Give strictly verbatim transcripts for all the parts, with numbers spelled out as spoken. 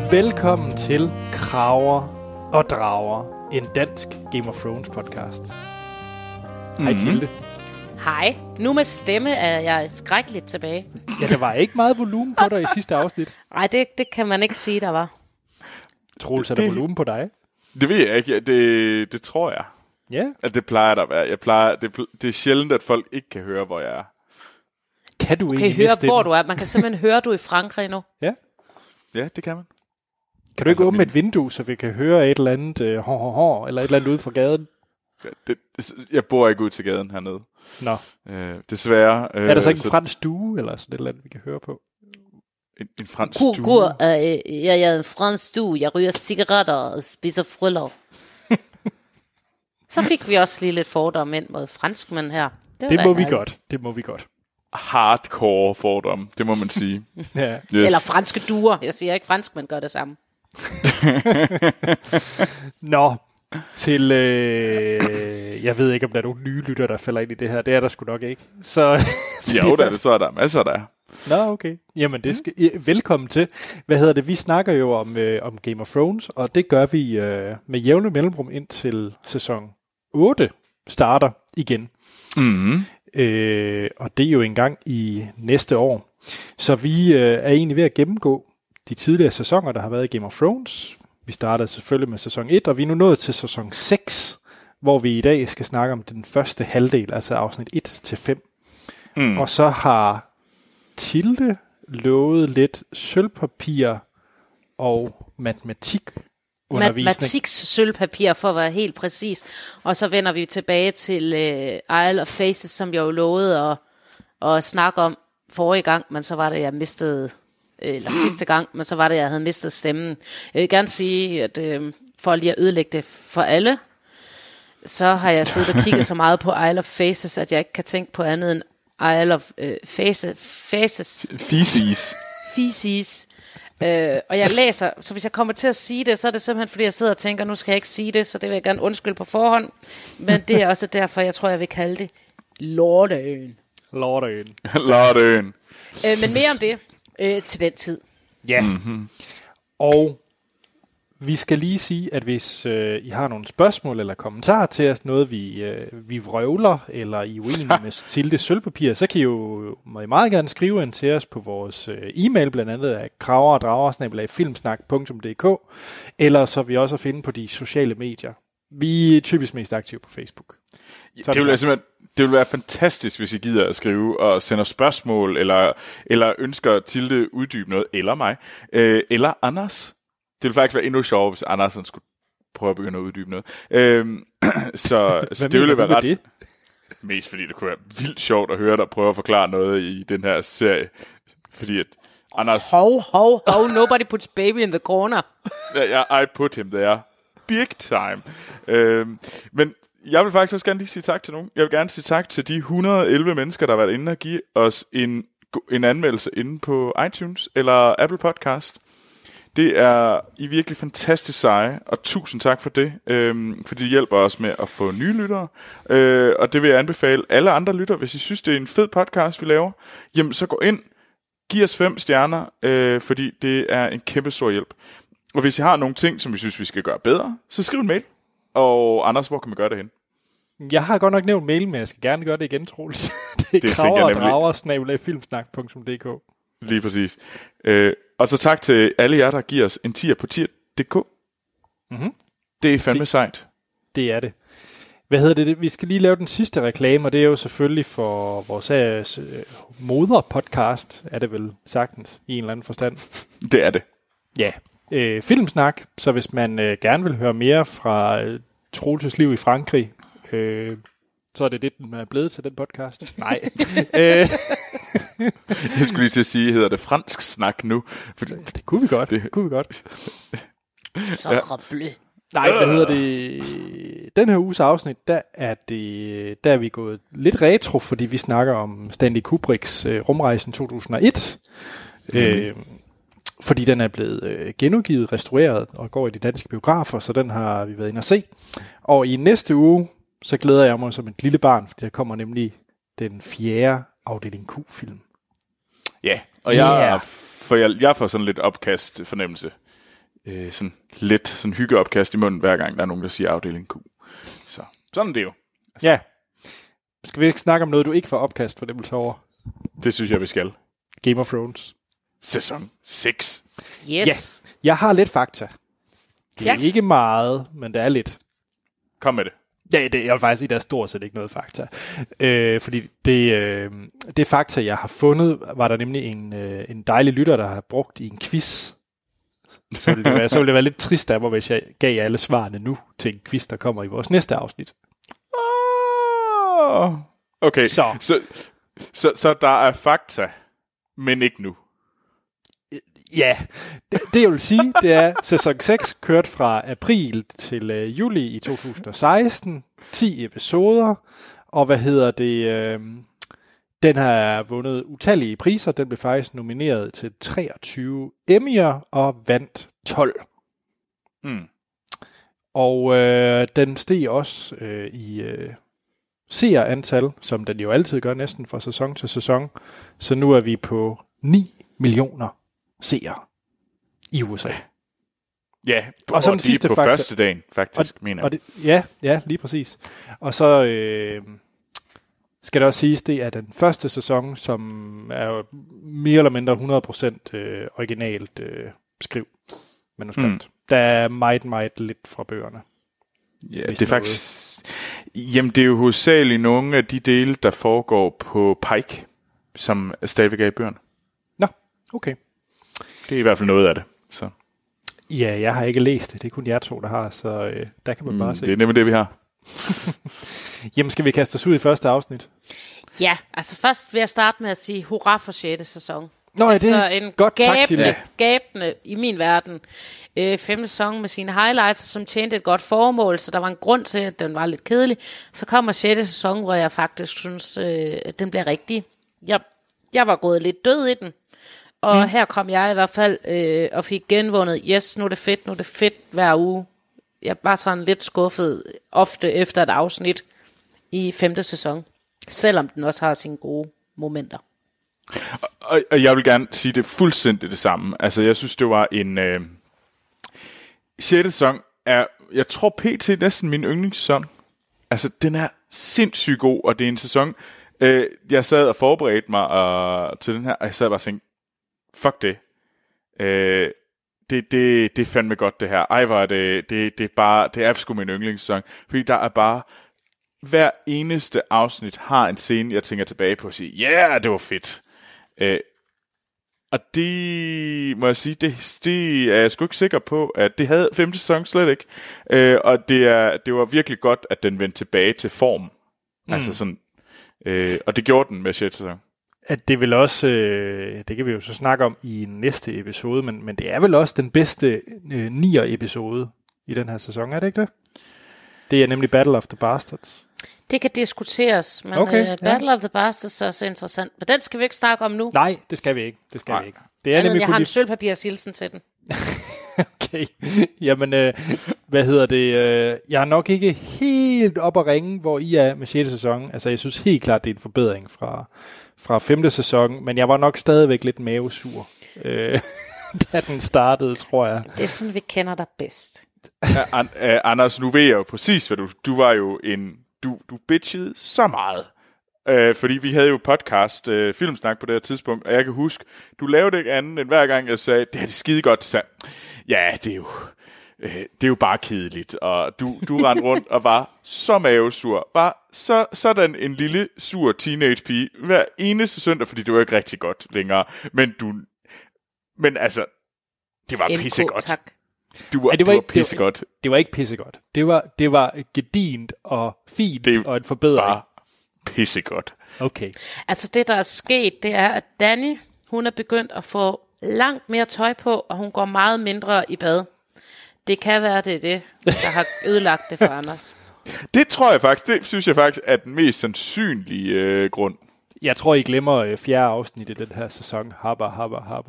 Velkommen til Kraver og Drager, en dansk Game of Thrones podcast. Mm-hmm. Hej Tilde. Hej. Nu med stemme er jeg skrækkeligt tilbage. Ja, der var ikke meget volumen på dig i sidste afsnit. Nej, det, det kan man ikke sige, der var. Troels, er der volumen på dig? Det ved jeg ikke. Det, det tror jeg. Ja. At det plejer der at være. Jeg plejer, det, det er sjældent, at folk ikke kan høre, hvor jeg er. Kan du okay, egentlig høre, stemme? hvor du er? Man kan simpelthen høre, du er i Frankrig nu. Ja. Ja, det kan man. Kan du ikke åbne et vindue, så vi kan høre et eller andet uh, hår, hår, hår, eller et eller andet ude fra gaden? Ja, det, jeg bor ikke ud til gaden hernede. Nå. Øh, desværre. Øh, er der så ikke en så fransk stue, eller sådan et eller andet, vi kan høre på? En, en fransk God, stue? god, øh, jeg er en fransk stue. Jeg ryger cigaretter og spiser frølår. Så fik vi også lige lidt fordomme ind mod franskmænd her. Det, det må vi godt. Det må vi godt. Hardcore fordom, det må man sige. Ja. Yes. Eller franske duer. Jeg siger ikke, franskmænd gør det samme. Nå, til... Øh, jeg ved ikke, om der er nogle nye lytter, der falder ind i det her. Det er der sgu nok ikke. Så, så jo, der, det tror jeg, der er masser der. Nå, okay. Jamen, det skal, ja, velkommen til. Hvad hedder det? Vi snakker jo om, øh, om Game of Thrones, og det gør vi øh, med jævne mellemrum indtil sæson otte starter igen. Mm-hmm. Øh, og det er jo engang i næste år. Så vi øh, er egentlig ved at gennemgå de tidligere sæsoner, der har været i Game of Thrones. Vi startede selvfølgelig med sæson et, og vi er nu nået til sæson seks, hvor vi i dag skal snakke om den første halvdel, altså afsnit et til fem. Mm. Og så har Tilde lovet lidt sølvpapir og matematik undervisning. Matematiks sølvpapir, for at være helt præcis. Og så vender vi tilbage til uh, Isle of Faces, som jeg jo lovede at, at snakke om forrige gang, men så var det, jeg mistede, eller sidste gang, men så var det, jeg havde mistet stemmen. Jeg vil gerne sige, at øh, for lige at ødelægge det for alle, så har jeg siddet og kigget så meget på Isle of Faces, at jeg ikke kan tænke på andet end Isle of øh, Faces. Faces. Feces. Feces. Øh, og jeg læser, så hvis jeg kommer til at sige det, så er det simpelthen fordi jeg sidder og tænker, nu skal jeg ikke sige det, så det vil jeg gerne undskylde på forhånd. Men det er også derfor, jeg tror, jeg vil kalde det Lorteøen. Lorteøen. Lorteøen. Øh, men mere om det øh, til den tid. Ja. Mm-hmm. Og vi skal lige sige, at hvis øh, I har nogle spørgsmål eller kommentarer til os, noget vi, øh, vi vrøvler, eller I er uenige med Tilde sølvpapir, så kan I jo må I meget gerne skrive ind til os på vores øh, e-mail, blandt andet af kraver og drager snabel-a filmsnak punktum d k, eller så er vi også at finde på de sociale medier. Vi er typisk mest aktive på Facebook. Det, det vil jeg simpelthen Det vil være fantastisk, hvis I gider at skrive og sender spørgsmål, eller, eller ønsker Tilde uddybe noget, eller mig, øh, eller Anders. Det ville faktisk være endnu sjovere, hvis Anders skulle prøve at begynde at uddybe noget. Øhm, så så det ville være ret... Det? Mest fordi det kunne være vildt sjovt at høre dig prøve at forklare noget i den her serie. Fordi at Anders... Hov, hov, hov, nobody puts baby in the corner. Ja, I put him there. Big time. Øhm, men... Jeg vil faktisk også gerne lige sige tak til nogen. Jeg vil gerne sige tak til de et hundrede og elleve mennesker, der har været inde og give os en, en anmeldelse inde på iTunes eller Apple Podcast. Det er I virkelig fantastisk seje, og tusind tak for det, øhm, fordi det hjælper os med at få nye lyttere. Øh, og det vil jeg anbefale alle andre lyttere, hvis I synes, det er en fed podcast, vi laver. Jamen, så gå ind, giv os fem stjerner, øh, fordi det er en kæmpe stor hjælp. Og hvis I har nogle ting, som vi synes, vi skal gøre bedre, så skriv en mail. Og Anders, hvor kan man gøre det hen? Jeg har godt nok nævnt mail, men jeg skal gerne gøre det igen, Troels. Det er kraver og drager snabel-a filmsnak punktum d k. Lige præcis. Øh, og så tak til alle jer, der giver os en tier på tier punktum d k. Mm-hmm. Det er fandme det, sejt. Det er det. Hvad hedder det? Vi skal lige lave den sidste reklame, og det er jo selvfølgelig for vores øh, moderpodcast, er det vel sagtens, i en eller anden forstand. Det er det. Ja. Øh, filmsnak, så hvis man øh, gerne vil høre mere fra øh, Troelses liv i Frankrig, øh, så er det det, den er blevet til den podcast. Nej. Jeg skulle lige til at sige, hedder det fransk snak nu? Fordi det kunne vi godt. Det kunne vi godt. Så ja. Nej, hvad hedder det? Den her uges afsnit, der er, det, der er vi gået lidt retro, fordi vi snakker om Stanley Kubricks øh, Rumrejsen to tusind og et. Mm. Øh, fordi den er blevet øh, genudgivet, restaureret og går i de danske biografer, så den har vi været inde at se. Og i næste uge, så glæder jeg mig som et lille barn, fordi der kommer nemlig den fjerde afdeling Q-film. Ja, og jeg, yeah. for jeg, jeg får sådan lidt opkast fornemmelse. øh, sådan let sådan hyggeopkast i munden, hver gang der er nogen, der siger afdeling Q. Så sådan er det jo. Altså. Ja. Skal vi ikke snakke om noget, du ikke får opkast for det over? Det synes jeg, vi skal. Game of Thrones. Sæson seks. Yes. Ja. Jeg har lidt fakta. Det er Ja. ikke meget, men det er lidt. Kom med det. Ja, det er faktisk i der stort set ikke noget fakta. Øh, fordi det, øh, det fakta, jeg har fundet, var der nemlig en, øh, en dejlig lytter, der har brugt i en quiz. Så ville, det være, så ville det være lidt trist af mig, hvis jeg gav jer alle svarene nu til en quiz, der kommer i vores næste afsnit. Oh. Okay, Så. Så, så, så der er fakta, men ikke nu. Ja, det, det jeg vil sige, det er, sæson seks kørt fra april til øh, juli i to tusind og seksten. ti episoder, og hvad hedder det... Øh, den har vundet utallige priser. Den blev faktisk nomineret til treogtyve Emmy'er og vandt tolv. Mm. Og øh, den steg også øh, i øh, seerantal, som den jo altid gør næsten fra sæson til sæson. Så nu er vi på ni millioner seere i U S A. Ja, og så den sidste på fakta, første dagen, faktisk, og, mener jeg. og det, ja, ja, lige præcis. Og så øh, skal det også siges, det er den første sæson, som er jo mere eller mindre hundrede procent øh, originalt øh, skriv manuskript. Mm. Der er meget, meget lidt fra bøgerne. Ja, det er faktisk... Jamen, det er jo hovedsageligt nogle af de dele, der foregår på Pike, som stadigvæk er i bøgerne. Nå, okay. Det er i hvert fald noget af det. Så. Ja, jeg har ikke læst det. Det er kun jer to, der har, så øh, der kan man mm, bare se. Det er nemlig det, vi har. Jamen, skal vi kaste os ud i første afsnit? Ja, altså først vil jeg starte med at sige hurra for sjette sæson. Nå, ja, det er en godt. Gabende, Tak til det. gabende i min verden. Øh, femte sæson med sine highlights, som tjente et godt formål, så der var en grund til, at den var lidt kedelig. Så kommer sjette sæson, hvor jeg faktisk synes, øh, at den bliver rigtig. Jeg, jeg var gået lidt død i den. Og mm. her kom jeg i hvert fald øh, og fik genvundet, yes, nu er det fedt, nu er det fedt hver uge. Jeg var sådan lidt skuffet ofte efter et afsnit i femte sæson, selvom den også har sine gode momenter. Og, og jeg vil gerne sige det fuldstændig det samme. Altså, jeg synes, det var en... Øh... sjette sæson er, jeg tror pt. Næsten min yndlingssæson. Altså, den er sindssygt god, og det er en sæson... Øh, jeg sad og forberedte mig og, til den her, og jeg sad bare og tænkte, fuck det. Øh, det, det, det er fandme godt, det her. Ej, hvor er det, det, det er bare, det er sgu min yndlingssæson. Fordi der er bare, hver eneste afsnit har en scene, jeg tænker tilbage på og siger, ja, yeah, det var fedt. Øh, og det, må jeg sige, det, det er jeg sgu ikke sikker på, at det havde femte sæson slet ikke. Øh, og det, er, det var virkelig godt, at den vendte tilbage til form. Mm. Altså sådan, øh, og det gjorde den med sjette sæson. At det vil også, øh, det kan vi jo så snakke om i næste episode, men, men det er vel også den bedste øh, nier episode i den her sæson, er det ikke det? Det er nemlig Battle of the Bastards. Det kan diskuteres, men okay, øh, Battle ja. of the Bastards er så interessant. Men den skal vi ikke snakke om nu. Nej, det skal vi ikke. Det skal Nej. vi ikke. Det er Andet, nemlig jeg har lige... en sølvpapirsilsen til den. Okay. Jamen, øh, hvad hedder det? Øh, jeg er nok ikke helt op at ringe, hvor I er med sjette sæson. Altså, jeg synes helt klart, det er en forbedring fra, fra femte sæson, men jeg var nok stadigvæk lidt mavesur, øh, da den startede, tror jeg. Det er sådan, vi kender dig bedst. Ja, An- uh, Anders, nu ved jeg jo præcis, hvad du... Du var jo en... Du, du bitchede så meget. Uh, fordi vi havde jo podcast, uh, Filmsnak på det her tidspunkt, og jeg kan huske, du lavede ikke andet, end hver gang jeg sagde, det her det skide godt, så ja, det er jo... Uh, det er jo bare kedeligt, og du, du rendte rundt og var så mavesur. Bare så, sådan en lille sur teenage pige hver eneste søndag, fordi det var ikke rigtig godt længere. Men du... Men altså, det var pissegodt. Tak. Du var, ja, det var du ikke, var pissegodt. Det, det var ikke pissegodt. Det var, det var gedint og fint det og en forbedring. Var pissegodt. Okay. Altså det, der er sket, det er, at Danny, hun er begyndt at få langt mere tøj på, og hun går meget mindre i bad. Det kan være, det er det, der har ødelagt det for Anders. Det tror jeg faktisk, det synes jeg faktisk er den mest sandsynlige øh, grund. Jeg tror, I glemmer øh, fjerde afsnit i den her sæson. Habba, habba, habba.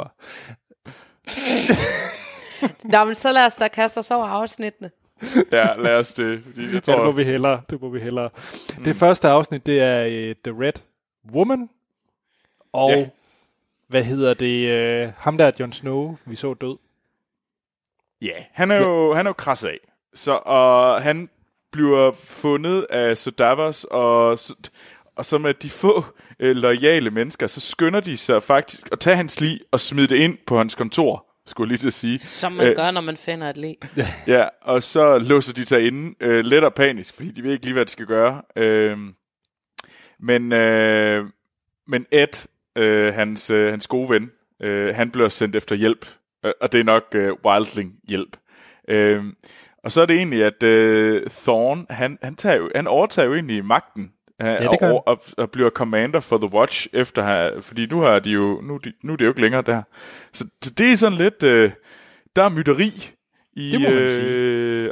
Nå, men så lad os da kaste os over afsnittene. Ja, lad os det. Fordi jeg tror... Ja, det må vi hellere. Det må vi hellere. Mm. Det første afsnit, det er uh, The Red Woman. Og yeah. hvad hedder det? Uh, ham der, Jon Snow, vi så død. Ja, han er jo, han er jo kras af. Så, og han bliver fundet af Sodavos, og, og så med de få øh, loyale mennesker, så skynder de sig faktisk at tage hans lig og smide det ind på hans kontor, skulle jeg lige til at sige. Som man øh, gør, når man finder et lig. Ja, og så låser de sig inde, øh, let og panisk, fordi de ved ikke lige, hvad de skal gøre. Øh, men, øh, men Ed, øh, hans, øh, hans gode ven, øh, han bliver sendt efter hjælp, øh, og det er nok øh, Wildling-hjælp. Øh, og så er det egentlig, at øh, Thorn, han, han, tager jo, han overtager jo egentlig magten, ja, det og, og, og bliver commander for The Watch, efter her, fordi nu, har de jo, nu, de, nu er det jo ikke længere der. Så, så det er sådan lidt, øh, der er mytteri i, det må man øh,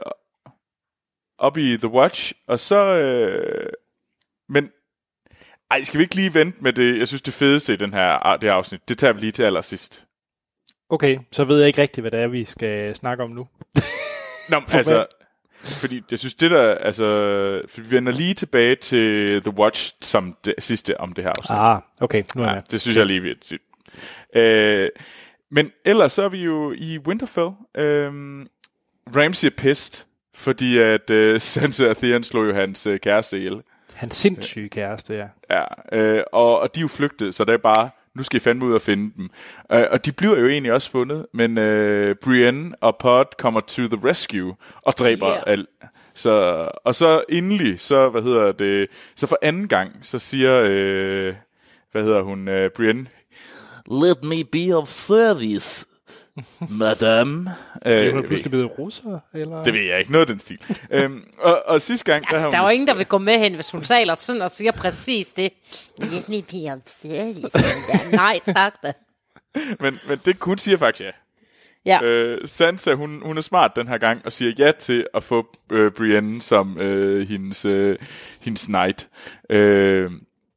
op i The Watch, og så, øh, men, ej, skal vi ikke lige vente med det, jeg synes det fedeste i den her, det her afsnit, det tager vi lige til allersidst. Okay, så ved jeg ikke rigtigt, hvad det er, vi skal snakke om nu. Nå, For altså, hvad? Fordi jeg synes det der, altså, for vi vender lige tilbage til The Watch som det sidste om det her afsnit. Ah, okay, nu er ja, jeg. Det synes jeg lige vil sige. Øh, men ellers så er vi jo i Winterfell. Øh, Ramsay er pissed, fordi at øh, Sansa og Theon slog jo hans øh, kæreste ihjel. Hans sindssyge kæreste, ja. Ja, øh, og, og de er jo flygtet, så det er bare, nu skal I fandme ud og finde dem. Øh, og de bliver jo egentlig også fundet, men øh, Brienne og Pod kommer to the rescue og dræber yeah. alt. Så, og så endelig, så, hvad hedder det, så for anden gang, så siger, øh, hvad hedder hun, øh, Brienne, let me be of service, madame. Øh, hun er pludselig blevet russer, eller? Det ved jeg ikke, noget af den stil. øhm, og, og sidste gang... Altså, der, der er hun... jo ingen, der vil gå med hen, hvis hun taler sådan og siger præcis det. Let me be of service, madame. Nej, tak da. men, men det hun siger faktisk ja. Ja. Øh, Sansa, hun, hun er smart den her gang, og siger ja til at få øh, Brienne som øh, hendes, øh, hendes knight. Øh,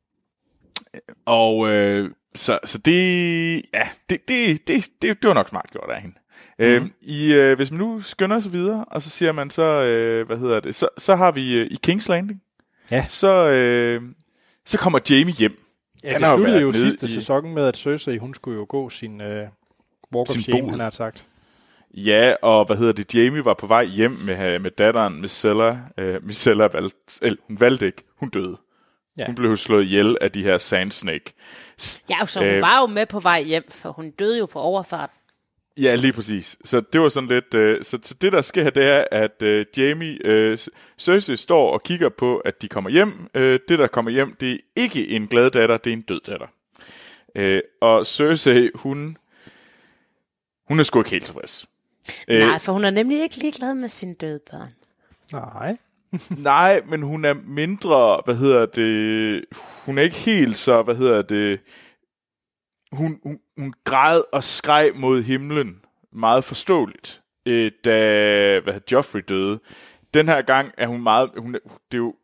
og øh, så, så det, ja, det, det, det, det, det var nok smart gjort af hende. Mm. Øh, i, øh, hvis man nu skynder sig videre, og så siger man så, øh, hvad hedder det, så, så har vi øh, i King's Landing, ja. så, øh, så kommer Jaime hjem. Ja, han det sluttede jo sidste i... sæson med, at Cersei, hun skulle jo gå sin øh, walk of shame, han har sagt. Ja, og hvad hedder det, Jaime var på vej hjem med, med datteren, Myrcella. Øh, Myrcella valgte, eller, hun valgte ikke, hun døde. Ja. Hun blev slået ihjel af de her Sand Snake. Ja, så hun øh, var jo med på vej hjem, for hun døde jo på overfart. Ja, lige præcis. Så det var sådan lidt... Øh, så, så det, der sker, det er, at øh, Jaime... Øh, Cersei står og kigger på, at de kommer hjem. Øh, det, der kommer hjem, det er ikke en glad datter, det er en død datter. Øh, og Cersei, hun... Hun er sgu ikke helt tilfreds. Nej, for hun er nemlig ikke ligeglad med sine døde børn. Nej. Nej, men hun er mindre, hvad hedder det... Hun er ikke helt så, hvad hedder det... Hun, hun, hun græd og skreg mod himlen meget forståeligt, øh, da hvad hedder, Joffrey døde. Den her gang er hun meget... Hun, det er jo...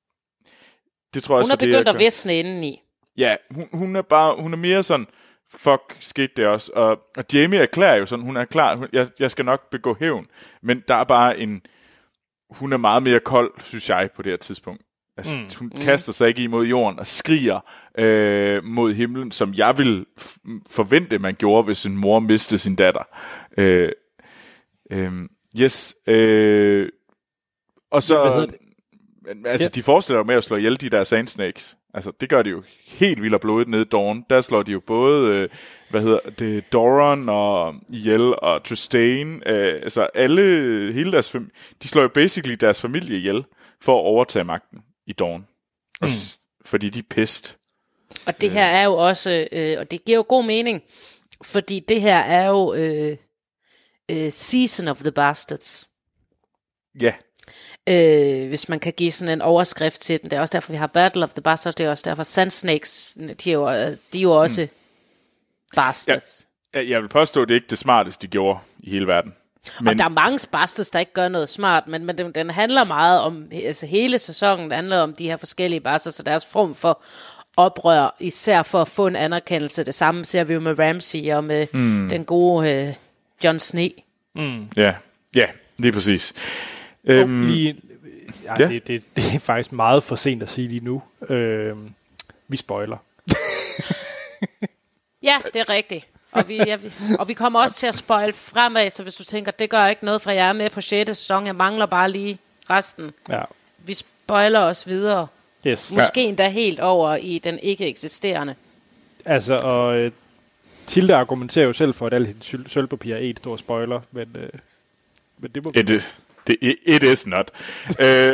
Det tror jeg hun også, er begyndt det, at visne indeni. Ja, hun, hun er bare... Hun er mere sådan... Fuck, skete det også. Og, og Jaime erklærer jo sådan, hun er klar, hun, jeg, jeg skal nok begå hævn. Men der er bare en... Hun er meget mere kold, synes jeg, på det her tidspunkt. Altså, mm. Hun mm. kaster sig ikke imod jorden og skriger øh, mod himlen, som jeg vil f- forvente, man gjorde, hvis en mor mistede sin datter. Øh, øh, yes. Øh, og så... Altså, ja. De forestiller jo med at slå ihjel de der Sand Snakes. Altså, det gør de jo helt vildt og blodigt nede i Dorne. Der slår de jo både, øh, hvad hedder det, Doran og ihjel og Trystane. Øh, altså, alle, hele deres familie, de slår jo basically deres familie ihjel for at overtage magten i Dorne. Mm. Og, fordi de er pissed. Og det her er jo også, øh, og det giver jo god mening, fordi det her er jo øh, øh, Season of the Bastards. Ja. Øh, hvis man kan give sådan en overskrift til den. Det er også derfor, vi har Battle of the Bastards. Det er også derfor, Sand Snakes, de er jo, de er jo også mm. bastards. Ja, jeg vil påstå, at det er ikke det smarteste, de gjorde i hele verden. Men... Og der er mange bastards, der ikke gør noget smart, men, men den, den handler meget om, altså hele sæsonen handler om de her forskellige bastards, og deres form for oprør, især for at få en anerkendelse. Det samme ser vi jo med Ramsay og med mm. den gode øh, Jon Snow. Mm. Ja, ja, lige præcis. Øhm, lige, ja, ja. Det, det, det er faktisk meget for sent at sige lige nu. Øhm, vi spoiler. Ja, det er rigtigt. Og vi, ja, vi, og vi kommer også til at spoil fremad, så hvis du tænker, det gør ikke noget, fra jeg er med på sjette sæson, jeg mangler bare lige resten. Ja. Vi spoiler os videre. Yes. Måske ja. endda helt over i den ikke eksisterende. Altså, og øh, Tilde argumenterer jo selv for, at alt hendes syl- sølvpapir er et stor spoiler, men, øh, men det må It is, det, it is not. uh,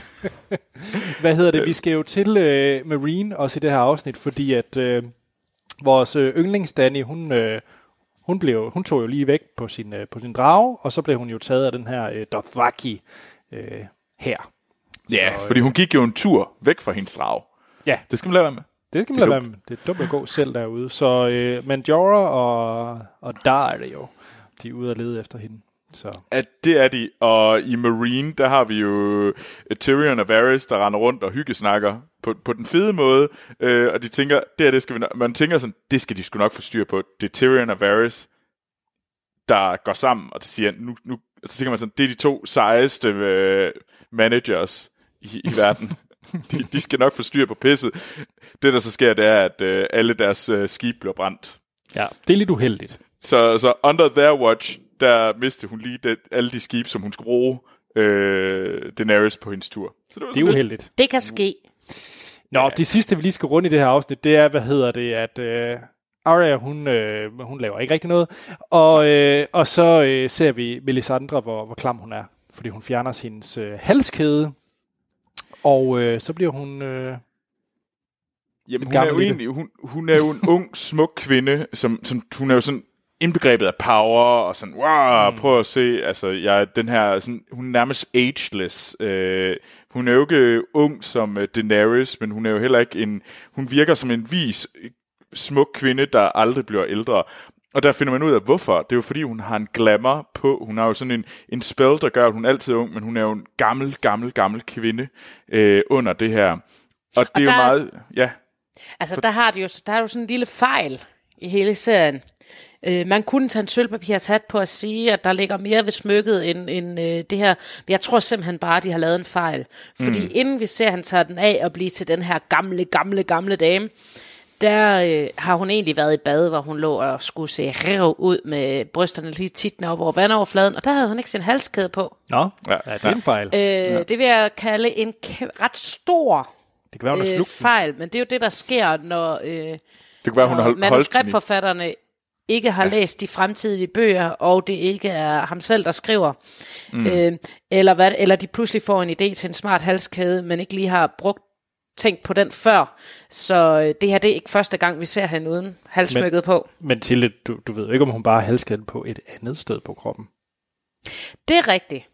Hvad hedder det? Vi skal jo til øh, Marine også i det her afsnit, fordi at øh, vores øh, yndlings Danny, hun, øh, hun, blev, hun tog jo lige væk på sin, øh, på sin drage, og så blev hun jo taget af den her øh, Dothraki øh, her. Ja, så, øh, fordi hun gik jo en tur væk fra hendes drage. Ja. Det skal man lade være med. Det skal man det lade være med. Det er dumt at gå selv derude. Så øh, men Jorah og, og der er det jo. De er ude at lede efter hende. Så. At det er de, og i Marine, der har vi jo Tyrion og Varys, der render rundt og hyggesnakker på, på den fede måde, øh, og de tænker, det er det skal vi nok, man tænker sådan, det skal de sgu nok få styr på. Det er Tyrion og Varys, der går sammen, og det siger, nu, nu, så tænker man sådan, det er de to sejeste øh, managers i, i verden. de, de skal nok få styr på pisset. Det, der så sker, det er, at øh, alle deres øh, skib bliver brændt. Ja, det er lidt uheldigt. Så, så under their watch, der mistede hun lige det, alle de skibe, som hun skulle bruge øh, Daenerys på hendes tur. Så det, var det er uheldigt. Det kan ske. Nå, ja. Det sidste, vi lige skal runde i det her afsnit, det er, hvad hedder det, at øh, Arya, hun, øh, hun laver ikke rigtig noget. Og, øh, og så øh, ser vi Melisandre, hvor, hvor klam hun er. Fordi hun fjerner sin øh, halskæde. Og øh, så bliver hun... Øh, Jamen, hun er jo egentlig, hun, hun er jo en ung, smuk kvinde, som, som hun er jo sådan indbegrebet af power, og sådan, wow, mm. prøv at se, altså, jeg den her, sådan, hun er nærmest ageless. Øh, hun er jo ikke ung som uh, Daenerys, men hun er jo heller ikke en, hun virker som en vis, smuk kvinde, der aldrig bliver ældre. Og der finder man ud af, hvorfor. Det er jo fordi, hun har en glamour på. Hun har jo sådan en, en spell, der gør, at hun altid er ung, men hun er jo en gammel, gammel, gammel kvinde øh, under det her. Og det og er jo der, meget, ja. Altså, der har, de jo, der er jo sådan en lille fejl i hele serien. Øh, man kunne tage en sølvpapirshat på at sige, at der ligger mere ved smykket end, end øh, det her. Men jeg tror simpelthen bare, at de har lavet en fejl. Fordi mm. inden vi ser, at han tager den af og bliver til den her gamle, gamle, gamle dame, der øh, har hun egentlig været i bad, hvor hun lå og skulle se rev ud med brysterne lige tittende op over vandoverfladen, og der havde hun ikke sin halskæde på. Nå, ja, ja det er en fejl. Øh, ja. Det vil jeg kalde en k- ret stor det kan være, øh, fejl, men det er jo det, der sker, når, øh, det kan være, hun når hold, manuskriptforfatterne ikke har ja. læst de fremtidige bøger, og det ikke er ham selv, der skriver. Mm. Øh, eller, hvad, eller de pludselig får en idé til en smart halskæde, men ikke lige har brugt tænkt på den før. Så øh, det her, det er ikke første gang, vi ser hende uden halssmykket men, på. Men Tilde, du, du ved ikke, om hun bare har halskæden på et andet sted på kroppen. Det er rigtigt.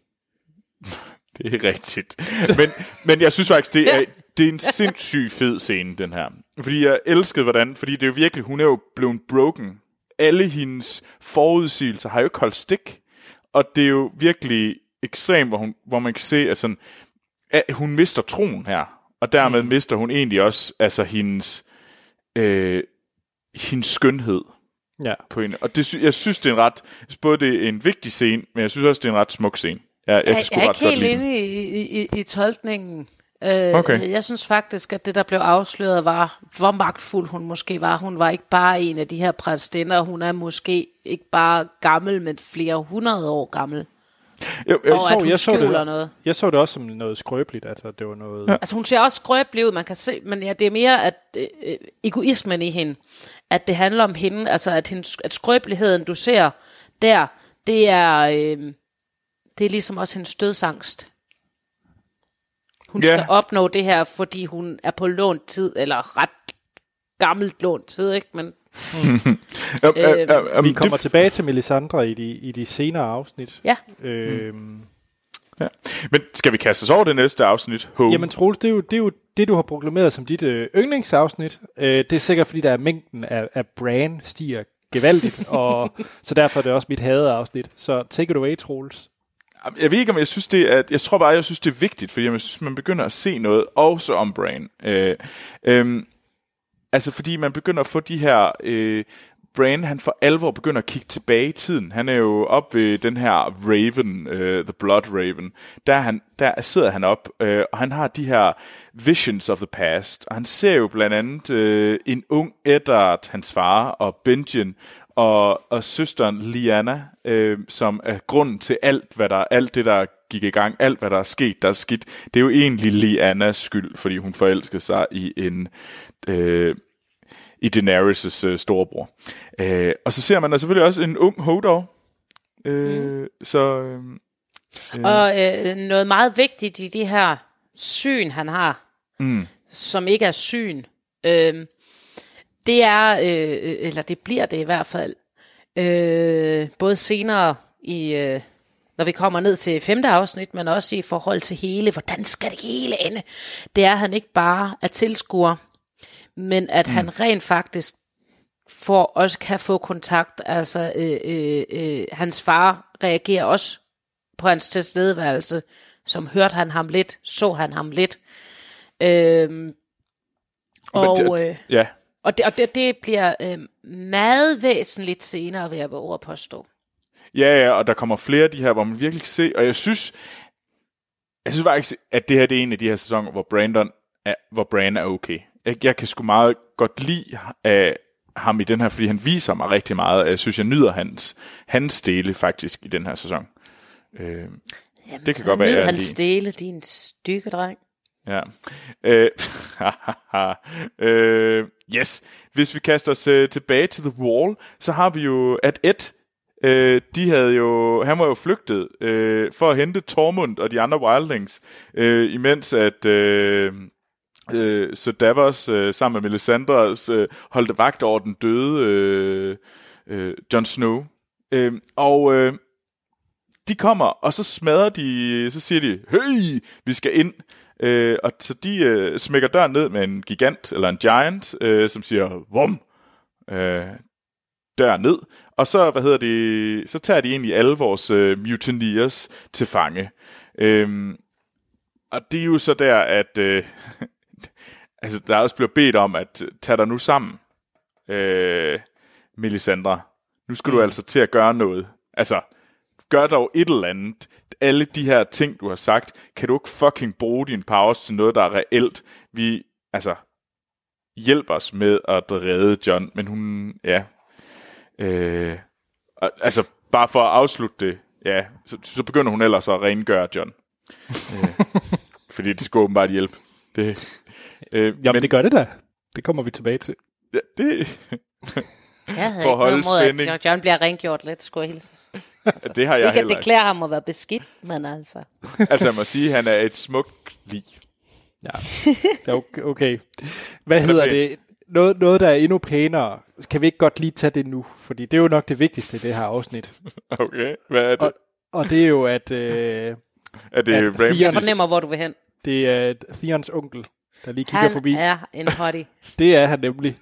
Det er rigtigt. Men, men jeg synes faktisk, det er, det er en sindssygt fed scene, den her. Fordi jeg elskede, hvordan, fordi det er jo virkelig, hun er jo blevet broken. Alle hendes forudsigelser har jo ikke holdt stik. Og det er jo virkelig ekstremt, hvor, hun, hvor man kan se, at, sådan, at hun mister troen her. Og dermed mm. mister hun egentlig også altså hendes, øh, hendes skønhed ja. på hende. Og det, jeg synes, det er en ret, både det er en vigtig scene, men jeg synes også, det er en ret smuk scene. Jeg, jeg, jeg, jeg er ikke helt inde i, i, i, i tolkningen. Øh, okay. Jeg synes faktisk, at det, der blev afsløret, var, hvor magtfuld hun måske var. Hun var ikke bare en af de her præstinder. Hun er måske ikke bare gammel, men flere hundrede år gammel. Jeg, jeg, og så, at hun jeg, så det, noget. jeg så det også som noget skrøbeligt, altså det var noget... Ja. Altså hun ser også skrøbelig ud, man kan se, men ja, det er mere at øh, egoismen i hende, at det handler om hende, altså at, hendes, at skrøbeligheden, du ser der, det er, øh, det er ligesom også hendes dødsangst. Hun yeah. skal opnå det her, fordi hun er på lånt tid, eller ret gammelt lånt tid, ikke? Men Mm. øh, øh, øh, vi kommer det... tilbage til Melisandre i de, i de senere afsnit. Ja. Øh, mm. ja. Men skal vi kaste os over det næste afsnit? Home. Jamen Troels, det er, jo, det er jo det, du har proklameret som dit øh, yndlingsafsnit. Øh, det er sikkert, fordi der er mængden af, af Bran stiger gevaldigt, og så derfor er det også mit hadeafsnit. Så take it away, Troels. Jeg ved ikke, om jeg synes det er... Jeg tror bare, jeg synes, det er vigtigt, fordi jeg synes, man begynder at se noget også om Bran. Øh, øh, Altså fordi man begynder at få de her, øh, Bran han for alvor begynder at kigge tilbage i tiden. Han er jo op ved den her Raven, øh, The Blood Raven. Der, han, der sidder han op, øh, og han har de her visions of the past. Og han ser jo blandt andet øh, en ung Eddard, hans far, og Benjen, og, og søsteren Lyanna, øh, som er grunden til alt, hvad der, alt det, der gik i gang, alt, hvad der er sket, der er skidt. Det er jo egentlig Lyannas skyld, fordi hun forelskede sig i en... Øh, i Daenerys' øh, storebror. Øh, og så ser man der selvfølgelig også en ung Hodor. Øh, mm. Så... Øh, øh. Og øh, noget meget vigtigt i de her syn, han har, mm. som ikke er syn, øh, det er, øh, eller det bliver det i hvert fald, øh, både senere i... Øh, når vi kommer ned til femte afsnit, men også i forhold til hele, hvordan skal det hele ende? Det er, at han ikke bare er tilskuer, men at mm. han rent faktisk får, også kan få kontakt. Altså, øh, øh, øh, hans far reagerer også på hans tilstedeværelse, som hørte han ham lidt, så han ham lidt. Øh, og, øh, ja. og, det, og det, det bliver øh, meget væsentligt senere, vil jeg våge at påstå. Ja, ja, og der kommer flere af de her, hvor man virkelig kan se, og jeg synes, jeg synes faktisk, at det her det er en af de her sæsoner, hvor Brandon er, hvor Bran er okay. Jeg, jeg kan sgu meget godt lide uh, ham i den her, fordi han viser mig rigtig meget, og jeg synes, jeg nyder hans, hans dele faktisk i den her sæson. Uh, Jamen, det kan godt være, jeg hans dele, din stykke dreng. Ja. Uh, uh, yes. Hvis vi kaster os uh, tilbage til The Wall, så har vi jo, at Ed, Øh, de havde jo, han var jo flygtet øh, for at hente Tormund og de andre wildlings, øh, imens at øh, øh, så Davos øh, sammen med Melisandre øh, holdte vagt over den døde øh, øh, Jon Snow. Øh, og øh, de kommer, og så smadrer de, så siger de, hey, vi skal ind. Øh, og så de øh, smækker døren ned med en gigant, eller en giant, øh, som siger, vum, øh, dør ned, og så, hvad hedder det, så tager de egentlig alle vores uh, mutineers til fange. Øhm, og det er jo så der, at uh, altså, der også bliver bedt om, at tage dig nu sammen, uh, Melisandre. Nu skal mm. du altså til at gøre noget. Altså, gør dog et eller andet. Alle de her ting, du har sagt, kan du ikke fucking bruge dine powers til noget, der er reelt. Vi, altså, hjælp os med at redde Jon, men hun, ja... Øh, altså bare for at afslutte det, ja, så, så begynder hun ellers at rengøre Jon, øh, fordi det skal åbenbart hjælpe. Det, øh, Jamen men, det gør det da. Det kommer vi tilbage til. Ja, det. Jeg havde ikke noget mod, at Jon bliver rengjort lidt, skulle jeg hilse. Altså, det har jeg ikke at det klæder ham at være beskidt, men altså. Altså jeg må sige, at han er et smukt lig. Ja, okay. okay. Hvad hedder det? Noget, noget, der er endnu pænere. Kan vi ikke godt lige tage det nu? Fordi det er jo nok det vigtigste i det her afsnit. Okay, hvad er det? Og, og det er jo, at... Øh, er det at Theon, jeg fornemmer, hvor du vil hen. Det er Theons onkel, der lige kigger han forbi. Han er en hottie. Det er han nemlig.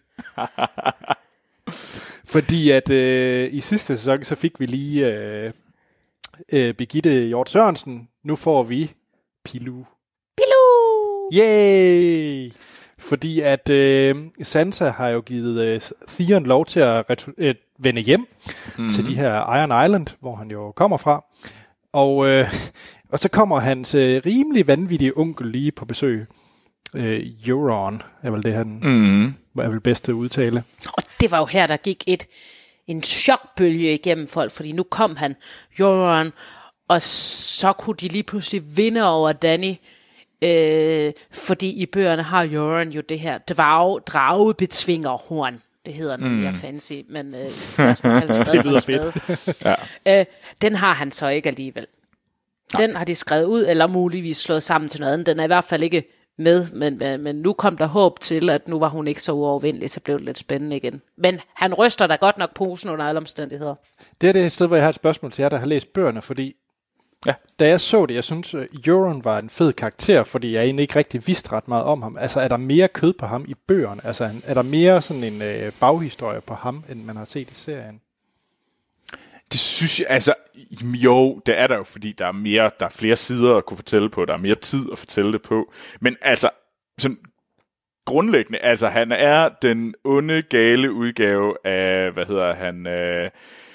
Fordi at øh, i sidste sæson, så fik vi lige øh, øh, Birgitte Hjort Sørensen. Nu får vi Pilou. Pilou! Yay! Fordi at øh, Sansa har jo givet øh, Theon lov til at retu- øh, vende hjem mm-hmm. til de her Iron Island, hvor han jo kommer fra. Og, øh, og så kommer hans øh, rimelig vanvittige onkel lige på besøg. Øh, Euron er vel det, han mm-hmm. er vel bedst til at udtale. Og det var jo her, der gik et en chokbølge igennem folk, fordi nu kom han, Euron, og så kunne de lige pludselig vinde over Dany. Øh, fordi i bøgerne har Euron jo det her drage, dragebetvingerhorn. Det hedder noget mere mm. fancy, men øh, det lyder fedt. ja. øh, den har han så ikke alligevel. Den har de skrevet ud, eller muligvis slået sammen til noget andet. Den er i hvert fald ikke med, men, øh, men nu kom der håb til, at nu var hun ikke så uovervindelig, så blev det lidt spændende igen. Men han ryster da godt nok posen under alle omstændigheder. Det er det sted, hvor jeg har et spørgsmål til jer, der har læst bøgerne, fordi ja. Da jeg så det, jeg synes, Euron var en fed karakter, fordi jeg egentlig ikke rigtig vidste ret meget om ham. Altså, er der mere kød på ham i bøgerne? Altså, er der mere sådan en øh, baghistorie på ham, end man har set i serien? Det synes jeg, altså, jo, det er der jo, fordi der er mere, der er flere sider at kunne fortælle på, der er mere tid at fortælle det på. Men altså, sådan grundlæggende, altså, han er den onde, gale udgave af, hvad hedder han, øh,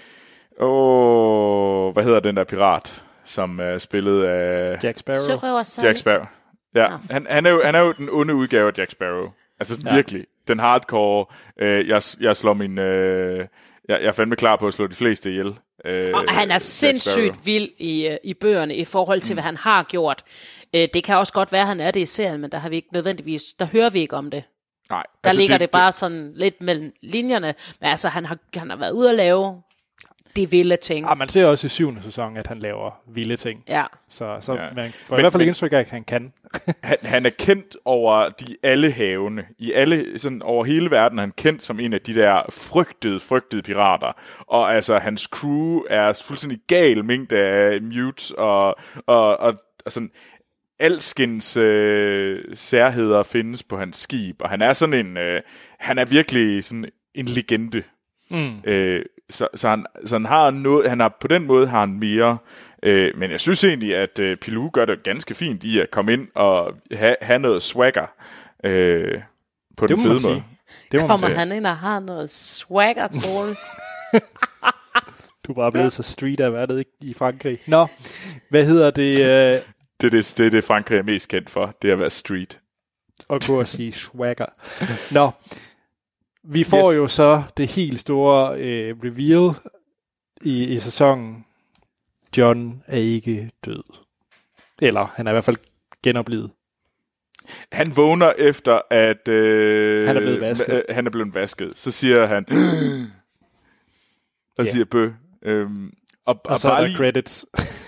åh, hvad hedder den der pirat? Som er spillet af Jack Sparrow. Jack Sparrow. Ja, ja. Han, han, er jo, han er jo den onde udgave af Jack Sparrow. Altså ja. Virkelig. Den hardcore, øh, jeg, jeg slår min, øh, jeg, jeg er fandme klar på at slå de fleste ihjel. Øh, og han er sindssygt vild i, i bøgerne i forhold til, mm. hvad han har gjort. Øh, det kan også godt være, at han er det i serien, men der har vi ikke nødvendigvis, der hører vi ikke om det. Nej. Der altså ligger det, det bare sådan lidt mellem linjerne. Men altså, han har, han har været ude at lave de vilde ting. Ja, man ser også i syvende sæson, at han laver vilde ting. Ja. Så, så ja. man får men, i hvert fald ikke indtryk af, at han kan. han, han er kendt over de alle havene. I alle, sådan over hele verden er han kendt som en af de der frygtede, frygtede pirater. Og altså, hans crew er fuldstændig gal mængde af mutes og, og, og, og sådan... alskens øh, særheder findes på hans skib, og han er sådan en, øh, han er virkelig sådan en legende. Mm. Øh, så, så, han, så han har noget, han har på den måde har han mere, øh, men jeg synes egentlig, at øh, Pilou gør det ganske fint i at komme ind og ha, have noget swagger øh, på det den fede måde. Det kommer han ind og har noget swagger, Troels. Du er bare blevet så street af hvad det ikke i Frankrig. Nå, hvad hedder det? Øh... Det er det, det er det, Frankrig er mest kendt for, det er at være street. Og gå og sige swagger. Nå, vi får yes. jo så det helt store øh, reveal i, i sæsonen. John er ikke død. Eller han er i hvert fald genoplevet. Han vågner efter, at øh, han er blevet vasket. Øh, han er blevet vasket. Så siger han, og yeah. siger bø. Øhm, og, og, og så er der lige... credits.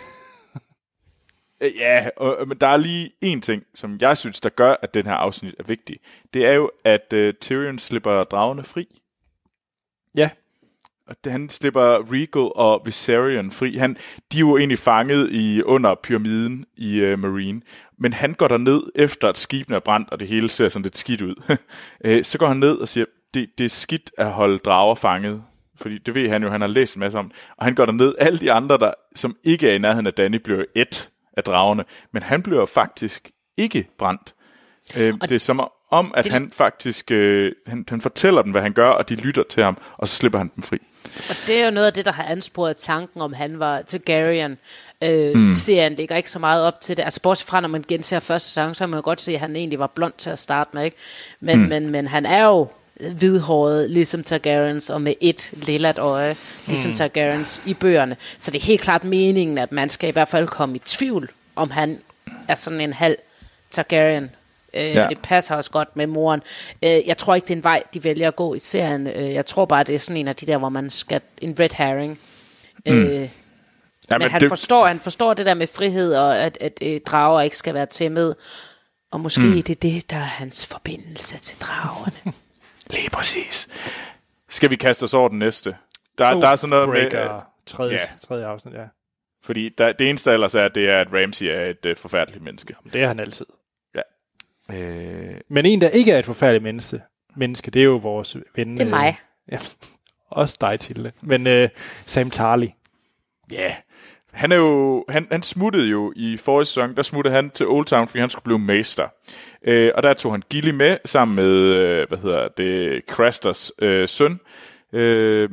Ja, og, men der er lige en ting, som jeg synes, der gør, at den her afsnit er vigtig. Det er jo, at uh, Tyrion slipper dragerne fri. Ja. Og det, han slipper Regal og Viserion fri. Han, de er jo egentlig fanget i, under pyramiden i uh, Marine. Men han går derned efter, at skibene er brændt, og det hele ser sådan lidt skidt ud. Så går han ned og siger, det, det er skidt at holde drager fanget. Fordi det ved han jo, han har læst en masse om. Og han går derned. Alle de andre, der, som ikke er i nærheden af Dany, bliver et af dragerne, men han bliver faktisk ikke brændt. Øh, det er som om, at det... han faktisk, øh, han, han fortæller dem, hvad han gør, og de lytter til ham, og så slipper han dem fri. Og det er jo noget af det, der har ansporet tanken, om han var Targaryen. Øh, mm. Serien ligger ikke så meget op til det. Altså bortset fra, når man genser første sæson, så kan man jo godt se, at han egentlig var blond til at starte med, ikke? Men, mm. men, men han er jo hvidhåret, ligesom Targaryens, og med et lillat øje, ligesom mm. Targaryens i bøgerne. Så det er helt klart meningen, at man skal i hvert fald komme i tvivl, om han er sådan en halv Targaryen. Øh, ja. Det passer også godt med moren. Øh, jeg tror ikke, det er en vej, de vælger at gå i serien. Øh, jeg tror bare, det er sådan en af de der, hvor man skal... En red herring. Mm. Øh, ja, men men han, det... forstår, han forstår det der med frihed, og at, at, at drager ikke skal være tæmmet. Og måske mm. det er det, der er hans forbindelse til dragerne. Lige præcis. Skal vi kaste os over den næste? Der, oh, der er sådan noget breaker, med... Tredje, ja. tredje afsnit, ja. Fordi der, det eneste ellers er, det er, at Ramsay er et uh, forfærdeligt menneske. Jamen, det er han altid. Ja. Øh... Men en, der ikke er et forfærdeligt menneske, menneske det er jo vores ven... Det er mig. Øh, ja, også dig, Tilde. Men øh, Sam Tarly. Ja. Yeah. Han er jo, han, han smuttede jo i forrige sæson, der smuttede han til Old Town, fordi han skulle blive mester. Øh, og der tog han Gilly med, sammen med, øh, hvad hedder det, Crasters øh, søn. Øh,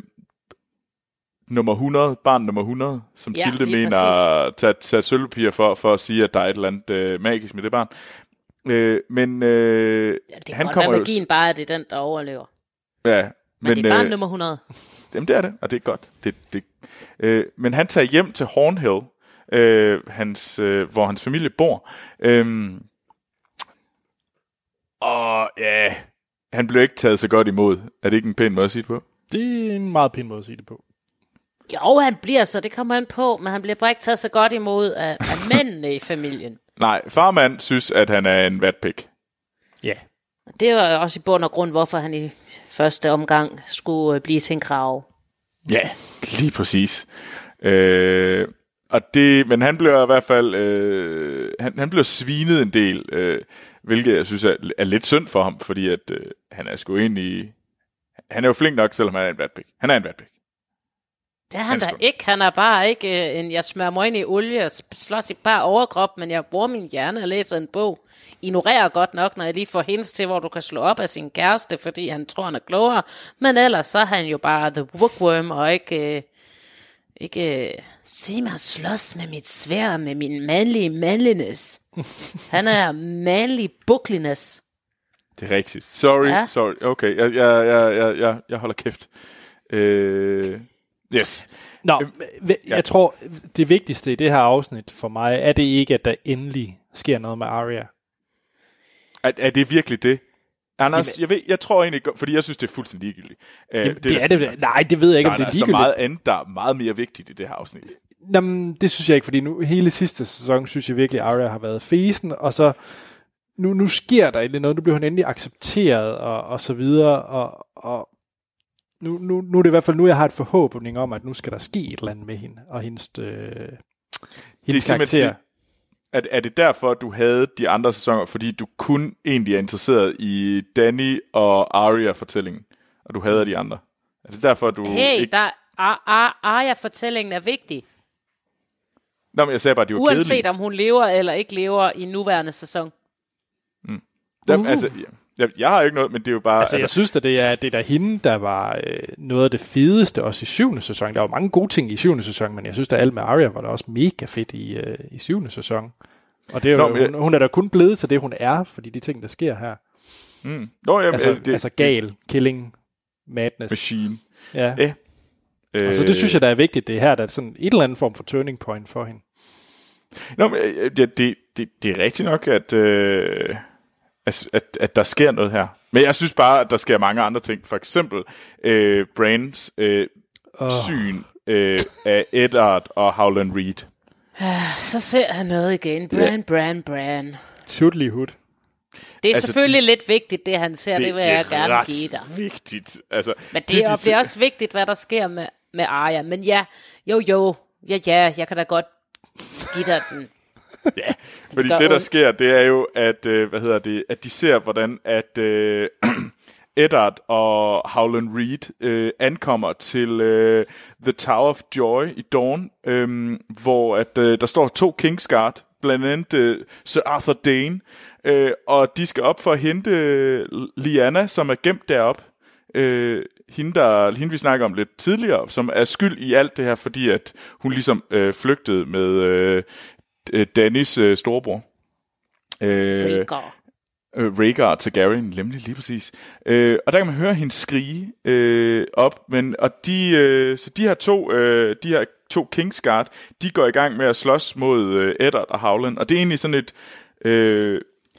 nummer hundrede, barn nummer hundrede, som ja, Tilde mener tage, tage sølvpapir for, for at sige, at der er et eller andet øh, magisk med det barn. Øh, men øh, ja, det han godt kommer være magien bare, at det er den, der overlever. Ja, men, men det er barn øh, nummer hundrede. Jamen det er det, og det er godt. Det, det, øh, men han tager hjem til Hornhill, øh, hans, øh, hvor hans familie bor. Øh, og ja, han blev ikke taget så godt imod. Er det ikke en pæn måde at sige det på? Det er en meget pæn måde at sige det på. Jo, han bliver så, det kommer han på, men han bliver bare ikke taget så godt imod af, af mændene i familien. Nej, farmand synes, at han er en vatpik. Ja. Yeah. Det var også i bund og grund, hvorfor han i første omgang skulle blive til en krave. Ja, lige præcis. Øh, og det, men han bliver i hvert fald, øh, han, han bliver svinet en del, øh, hvilket jeg synes er, er lidt synd for ham, fordi at øh, han er sgu egentlig, han er jo flink nok, selvom han er en vatpik. Han er en vatpik. Det er han, han da ikke. Han er bare ikke øh, en, jeg smører mig ind i olie og slås i bare overkrop, men jeg bruger min hjerne og læser en bog. Ignorerer godt nok, når jeg lige får hints til, hvor du kan slå op af sin kæreste, fordi han tror, han er klogere. Men ellers så er han jo bare the bookworm, og ikke... Øh, ikke øh, se mig slås med mit sværd, med min mandlige manliness. Han er manlig bookliness. Det er rigtigt. Sorry, ja. sorry. Okay, jeg, jeg, jeg, jeg, jeg holder kæft. Øh, yes. Nå, Øh, jeg ja. tror, det vigtigste i det her afsnit for mig, er det ikke, at der endelig sker noget med Arya. Er, er det virkelig det? Anders, jeg, ved, jeg tror egentlig, fordi jeg synes, det er fuldstændig ligegyldigt. Uh, Jamen, det, det er det. Nej, det ved jeg ikke, der, om det er ligegyldigt. ligegyldigt. Der er så meget andet, der er meget mere vigtigt i det her afsnit. Jamen, det synes jeg ikke, fordi nu hele sidste sæson, synes jeg virkelig, at Arya har været fesen, og så nu, nu sker der endelig noget, nu bliver hun endelig accepteret, og, og så videre, og, og nu, nu, nu er det i hvert fald nu, jeg har et forhåbning om, at nu skal der ske et eller andet med hende, og hendes, øh, hendes karakter. Det, er, er det derfor, du havde de andre sæsoner, fordi du kun egentlig er interesseret i Dany og Arya-fortællingen, og du havde de andre? Er det derfor, du Hey, ikke... der Ar- Ar- Arya-fortællingen er vigtig. Nå, men jeg sagde bare, at de var Uanset kedelige. om hun lever eller ikke lever i nuværende sæson. Jamen, altså, jeg, jeg har jo ikke noget, men det er jo bare... Altså, jeg synes at det er, det er der hende, der var øh, noget af det fedeste også i syvende sæson. Der var mange gode ting i syvende sæson, men jeg synes, at alt med Arya var der også mega fedt i, øh, i syvende sæson. Og det er jo, Nå, jeg... hun, hun er da kun blevet til det, hun er, fordi de ting, der sker her. Mm. Nå, jamen, altså, det, altså gal, killing, madness. Machine. Ja. Ja. Øh... Og så det synes jeg, der er vigtigt, det her, der er sådan et eller andet form for turning point for hende. Nå, men ja, det, det, det er rigtigt nok, at... Øh... At, at, at der sker noget her. Men jeg synes bare, at der sker mange andre ting. For eksempel øh, Brans øh, oh. syn øh, af Eddard og Howland Reed. Så ser han noget igen. Bran, yeah. Bran, Bran. Totally hood. Det er altså, selvfølgelig det, lidt vigtigt, det han ser. Det, det vil jeg det gerne give dig. Det er vigtigt. Altså, men det, det, det, det er også vigtigt, hvad der sker med, med Arya. Men ja, jo jo, ja ja, jeg kan da godt give dig den. Ja, fordi det, det der ondt. sker, det er jo, at, øh, hvad hedder det, at de ser, hvordan at øh, Eddard og Howland Reed øh, ankommer til øh, The Tower of Joy i Dawn, øh, hvor at, øh, der står to Kingsguard, blandt andet øh, Sir Arthur Dayne, øh, og de skal op for at hente øh, Lyanna, som er gemt derop. Øh, hende, der, hende, vi snakker om lidt tidligere, som er skyld i alt det her, fordi at hun ligesom øh, flygtede med... Øh, Dannys øh, storebror. Øh, Rhaegar. Øh, Rhaegar til Targaryen, nemlig lige præcis. Øh, og der kan man høre hende skrige øh, op, men og de, øh, så de her to, øh, de her to Kingsguard, de går i gang med at slås mod øh, Eddard og Howland, og det er egentlig sådan et, øh,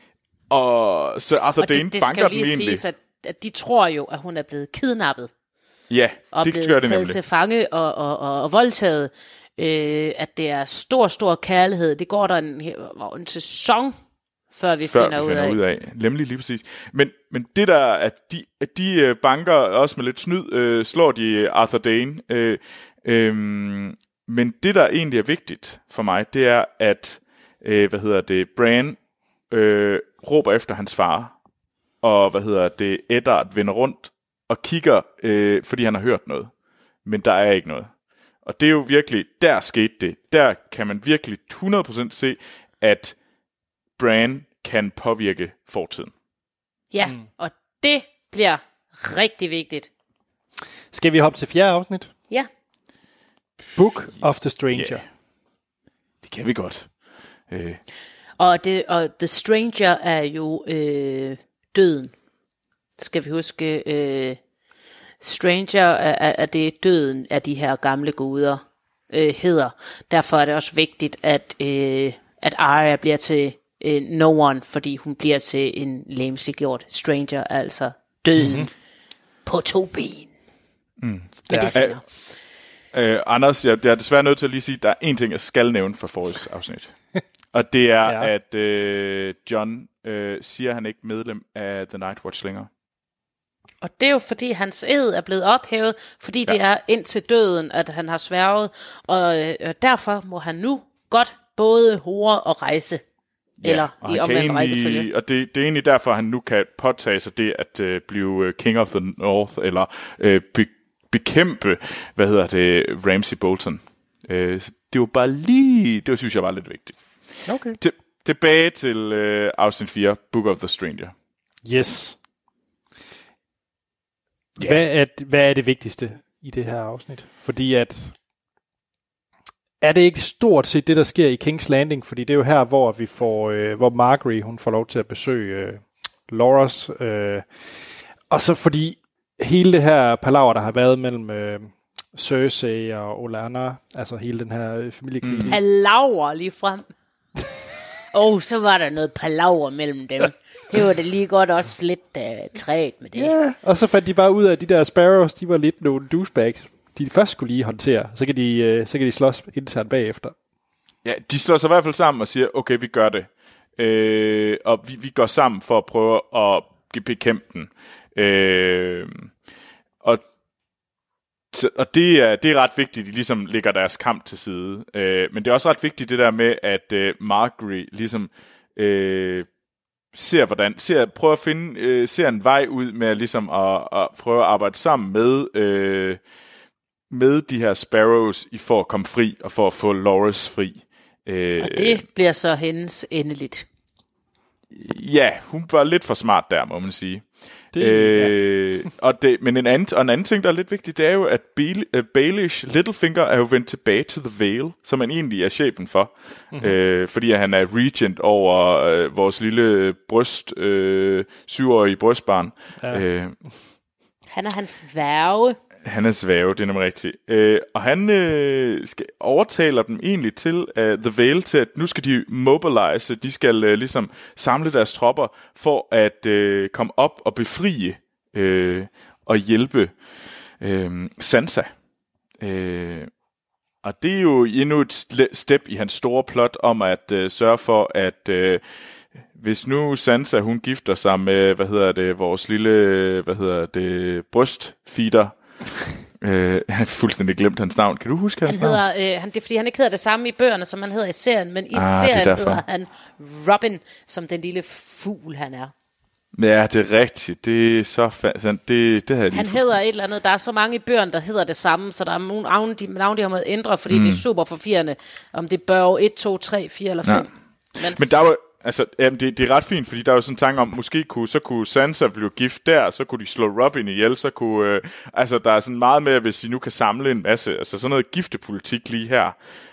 og så Arthur og Dayne det, det banker den egentlig. Det skal jo lige siges, at, at de tror jo, at hun er blevet kidnappet. Ja, og det blevet gør det taget nemlig. til fange og, og, og, og voldtaget. Øh, at det er stor, stor kærlighed. Det går der en, en sæson, før vi før finder, vi finder ud, af. ud af. Nemlig lige præcis. Men, men det der, at de, at de banker også med lidt snyd, øh, slår de Arthur Dayne. Øh, øh, men det, der egentlig er vigtigt for mig, det er, at øh, hvad hedder det, Bran øh, råber efter hans far, og hvad hedder det, Eddard vender rundt og kigger, øh, fordi han har hørt noget. Men der er ikke noget. Og det er jo virkelig, der skete det. Der kan man virkelig hundrede procent se, at Bran kan påvirke fortiden. Ja, mm. og det bliver rigtig vigtigt. Skal vi hoppe til fjerde afsnit? Ja. Book of the Stranger. Yeah. Det kan vi godt. Øh. Og, det, og The Stranger er jo øh, døden. Skal vi huske... Øh, Stranger er, er det døden af de her gamle guder øh, hedder. Derfor er det også vigtigt, at, øh, at Arya bliver til øh, no one, fordi hun bliver til en lemsliggjort stranger, altså døden mm-hmm. på to ben. Mm. Men det siger øh, øh, Anders, jeg, jeg er desværre nødt til at lige sige, at der er en ting, jeg skal nævne for forrige afsnit. Og det er, ja. at øh, Jon øh, siger, at han ikke er medlem af The Night Watch længere. Og det er jo fordi hans ed er blevet ophævet, fordi ja. det er indtil døden, at han har sværget, og øh, derfor må han nu godt både hore og rejse, ja, eller og i omvendt rækkefølge. Og det, det er egentlig derfor, han nu kan påtage sig det at øh, blive King of the North, eller øh, be, bekæmpe, hvad hedder det, Ramsay Bolton. Øh, det var bare lige, det var, synes jeg var lidt vigtigt. Okay. Til, tilbage til øh, afsnit fire, Book of the Stranger. Yes. Yeah. Hvad, er, hvad er det vigtigste i det her afsnit? Fordi at er det ikke stort set det, der sker i King's Landing? Fordi det er jo her, hvor vi får, øh, hvor Margaery, hun får lov til at besøge øh, Loras. Øh, og så fordi hele det her palaver, der har været mellem øh, Cersei og Olenna, altså hele den her øh, familiekrig. Mm. Palaver lige frem. Åh, oh, så var der noget palaver mellem dem. Det var da lige godt også lidt uh, træt med det. Ja, yeah. Og så fandt de bare ud af, at de der Sparrows, de var lidt nogle douchebags. De først skulle lige håndtere, så kan de, øh, så kan de slås internt bagefter. Ja, de slår sig i hvert fald sammen og siger, okay, vi gør det. Øh, og vi, vi går sammen for at prøve at bekæmpe den. Øh, og og det, er, det er ret vigtigt, at de ligesom lægger deres kamp til side. Øh, men det er også ret vigtigt det der med, at øh, Margaery ligesom øh, ser, hvordan, ser, prøver at finde, øh, ser en vej ud med ligesom at, at prøve at arbejde sammen med, øh, med de her Sparrows i for at komme fri og for at få Loras fri. Øh, og det bliver så hendes endeligt. Ja, hun var lidt for smart der, må man sige. Det, øh, ja. og det, men en anden, og en anden ting, der er lidt vigtigt, det er jo, at Baelish Littlefinger er jo vendt tilbage til The Vale, som han egentlig er chefen for. Mm-hmm. Øh, fordi han er regent over øh, vores lille bryst, øh, syvårige brystbarn. Ja. Øh, han er hans værge. Han er svæve, det er nemlig rigtigt. Øh, og han øh, skal, overtaler dem egentlig til uh, The Vale til, at nu skal de mobilize, de skal uh, ligesom samle deres tropper for at uh, komme op og befrie uh, og hjælpe uh, Sansa. Uh, og det er jo endnu et step i hans store plot om at uh, sørge for, at uh, hvis nu Sansa, hun gifter sig med, hvad hedder det, vores lille, hvad hedder det, brystfeeder, øh, jeg har fuldstændig glemt hans navn. Kan du huske hans han hedder, navn? Øh, han, det er fordi, han ikke hedder det samme i bøgerne, som han hedder i serien, men i ah, serien hedder han Robin, som den lille fugl, han er. Ja, det er rigtigt. Det er så fa- det, det havde Han hedder et eller andet. Der er så mange i bøgerne, der hedder det samme, så der er nogle navne, de, navne, de har måttet ændre, fordi mm. det er super forvirrende, om det bør et, to, tre, fire eller fem. Ja. Men, men der var altså, jamen det, det er ret fint, fordi der er jo sådan en tanke om, måske kunne, så kunne Sansa blive gift der, så kunne de slå Robin ihjel, så kunne, øh, altså der er sådan meget mere, hvis de nu kan samle en masse, altså sådan noget giftepolitik lige her,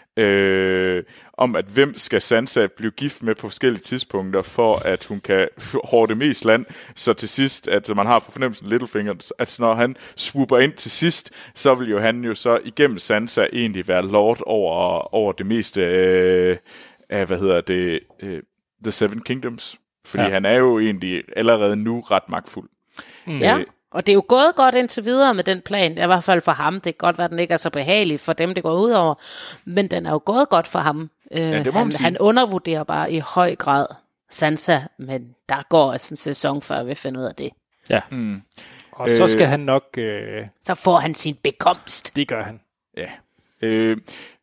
øh, om at hvem skal Sansa blive gift med på forskellige tidspunkter, for at hun kan hårde mest land, så til sidst, at man har på fornemmelsen Littlefinger, at når han swooper ind til sidst, så vil jo han jo så igennem Sansa egentlig være lord over, over det meste øh, af, hvad hedder det, øh, The Seven Kingdoms. Fordi ja. Han er jo egentlig allerede nu ret magtfuld. Mm. Ja, og det er jo gået godt indtil videre med den plan. I hvert fald for ham. Det kan godt være, at den ikke er så behagelig for dem, det går ud over. Men den er jo gået godt for ham. Ja, det må han, han undervurderer bare i høj grad Sansa. Men der går altså en sæson, før vi finder ud af det. Ja. Mm. Og øh, så skal han nok... Øh... Så får han sin bekomst. Det gør han. Ja. Øh...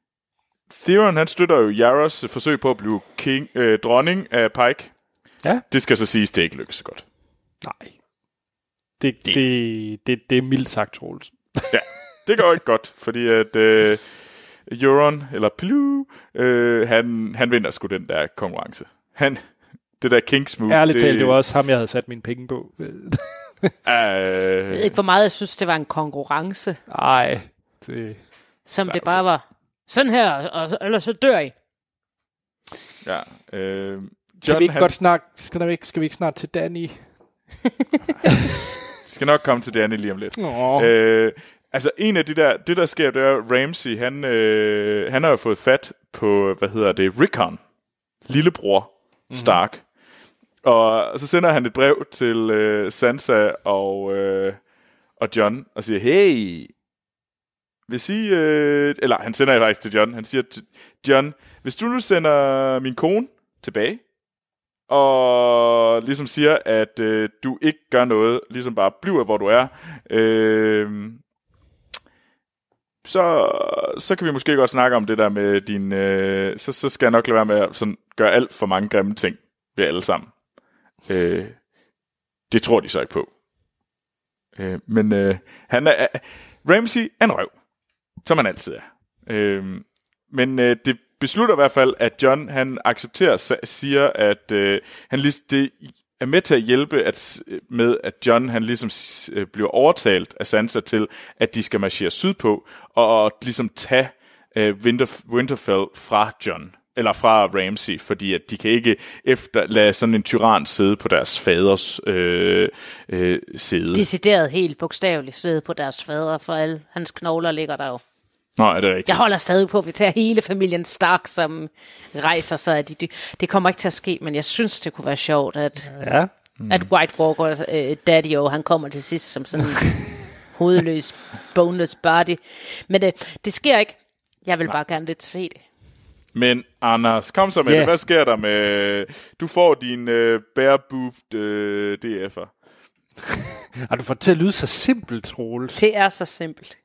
Theon, han støtter jo Yaras forsøg på at blive king, øh, dronning af Pike. Ja. Det skal så siges, det ikke lykkes så godt. Nej. Det, det. det, det, det er mildt sagt, Troels. Ja, det går ikke godt, fordi at øh, Euron, eller Pilou, øh, han, han vinder sgu den der konkurrence. Han, det der Kings move. Ærligt talt, det var også ham, jeg havde sat mine penge på. øh, jeg ved ikke, hvor meget jeg synes, det var en konkurrence. Nej. Det... Som det bare var... Sådan her, og ellers så dør I. Ja. Øh, John, kan vi ikke han... godt snakke, skal, vi ikke, skal vi ikke snart til Dany? Vi skal nok komme til Dany lige om lidt. Øh, altså en af de der, det der sker, det er Ramsay, han, øh, han har jo fået fat på, hvad hedder det, Rickon, lillebror Stark. Mm-hmm. Og så sender han et brev til øh, Sansa og, øh, og John, og siger, hey... Hvis I, øh, eller han sender faktisk til John, han siger til John, hvis du nu sender min kone tilbage, og ligesom siger, at øh, du ikke gør noget, ligesom bare bliver, hvor du er, øh, så, så kan vi måske godt snakke om det der med din, øh, så, så skal jeg nok lade være med at sådan, gøre alt for mange grimme ting ved alle sammen. Øh, det tror de så ikke på. Øh, men øh, han er, Ramsay er en røv. Som han altid er. Øhm, men øh, det beslutter i hvert fald, at John han accepterer, siger, at øh, han lig- det er med til at hjælpe at, med, at John han ligesom øh, bliver overtalt af Sansa til, at de skal marchere sydpå, og, og ligesom tage øh, Winter, Winterfell fra John. eller fra Ramsay, fordi at de kan ikke efter lade sådan en tyran sidde på deres faders øh, øh, sæde. Decideret helt bogstaveligt sidde på deres fader, for alle hans knogler ligger der jo. Nå, er det rigtigt? Jeg holder stadig på, at vi tager hele familien Stark, som rejser sig. At de, det kommer ikke til at ske, men jeg synes, det kunne være sjovt, at, Ja. mm. at White Walker, uh, Daddy-O, han kommer til sidst som sådan en hovedløs, boneless body. Men uh, det sker ikke. Jeg vil Nej. bare gerne lidt se det. Men Anders, kom så med yeah. det. Hvad sker der med... Du får din uh, bare-boofed uh, D F'er. Har du fået til at lyde så simpelt, Troels? Det er så simpelt.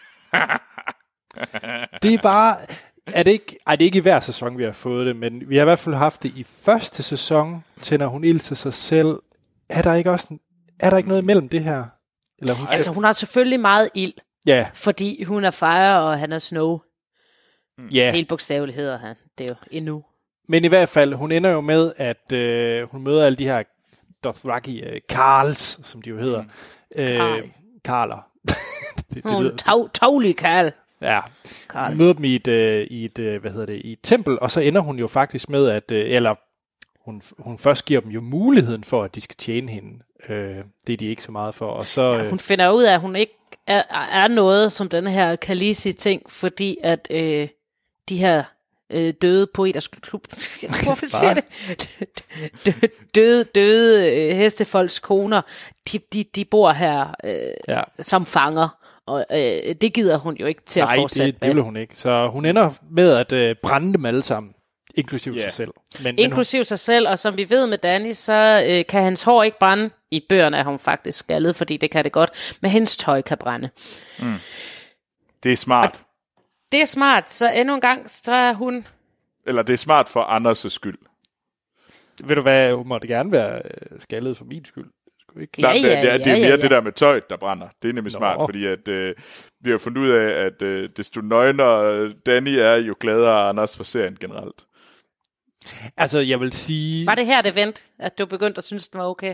Det er bare... Er det ikke... Ej, det er ikke i hver sæson, vi har fået det, men vi har i hvert fald haft det i første sæson, tænder hun ild til sig selv. Er der ikke også... En, er der ikke noget imellem det her? Eller hun Altså, hun har selvfølgelig meget ild. Ja. Fordi hun er Fire, og han er Snow. Ja. Helt bogstaveligt hedder han. Det er jo endnu. Men i hvert fald, hun ender jo med, at øh, hun møder alle de her Dothraki øh, Karls, som de jo hedder. Mm. Øh, Karler. det, det lyder... Tag, taglig Karl. Ja. Hun møder dem i et, øh, i et øh, hvad hedder det, i et tempel, og så ender hun jo faktisk med, at, øh, eller hun, hun først giver dem jo muligheden for, at de skal tjene hende. Øh, det er de ikke så meget for. Og så, øh, ja, hun finder ud af, at hun ikke er, er noget som den her Khaleesi-ting, fordi at øh, de her øh, døde poeters klub, hvorfor siger det? døde, døde øh, hestefolks koner, de, de, de bor her øh, ja. som fanger, og øh, det gider hun jo ikke til Nej, at fortsætte det, det vil hun ikke. Så hun ender med at øh, brænde dem alle sammen, inklusiv yeah. sig selv. Men, inklusiv men hun... sig selv, og som vi ved med Dany, så øh, kan hans hår ikke brænde. I bøgerne er hun faktisk skaldet, fordi det kan det godt, men hendes tøj kan brænde. Mm. Det er smart. Og det er smart, så endnu en gang, så er hun... Eller det er smart for Anders' skyld. Ved du hvad, hun måtte gerne være skaldet for min skyld. Ikke? Ja, ja, det, det, er, det er ja, mere ja. det der med tøjet, der brænder. Det er nemlig Nå. smart, fordi at, øh, vi har fundet ud af, at øh, desto nøgnere Dany er, jo gladere Anders for serien generelt. Altså, jeg vil sige... Var det her det vent, at du begyndte at synes, den var okay?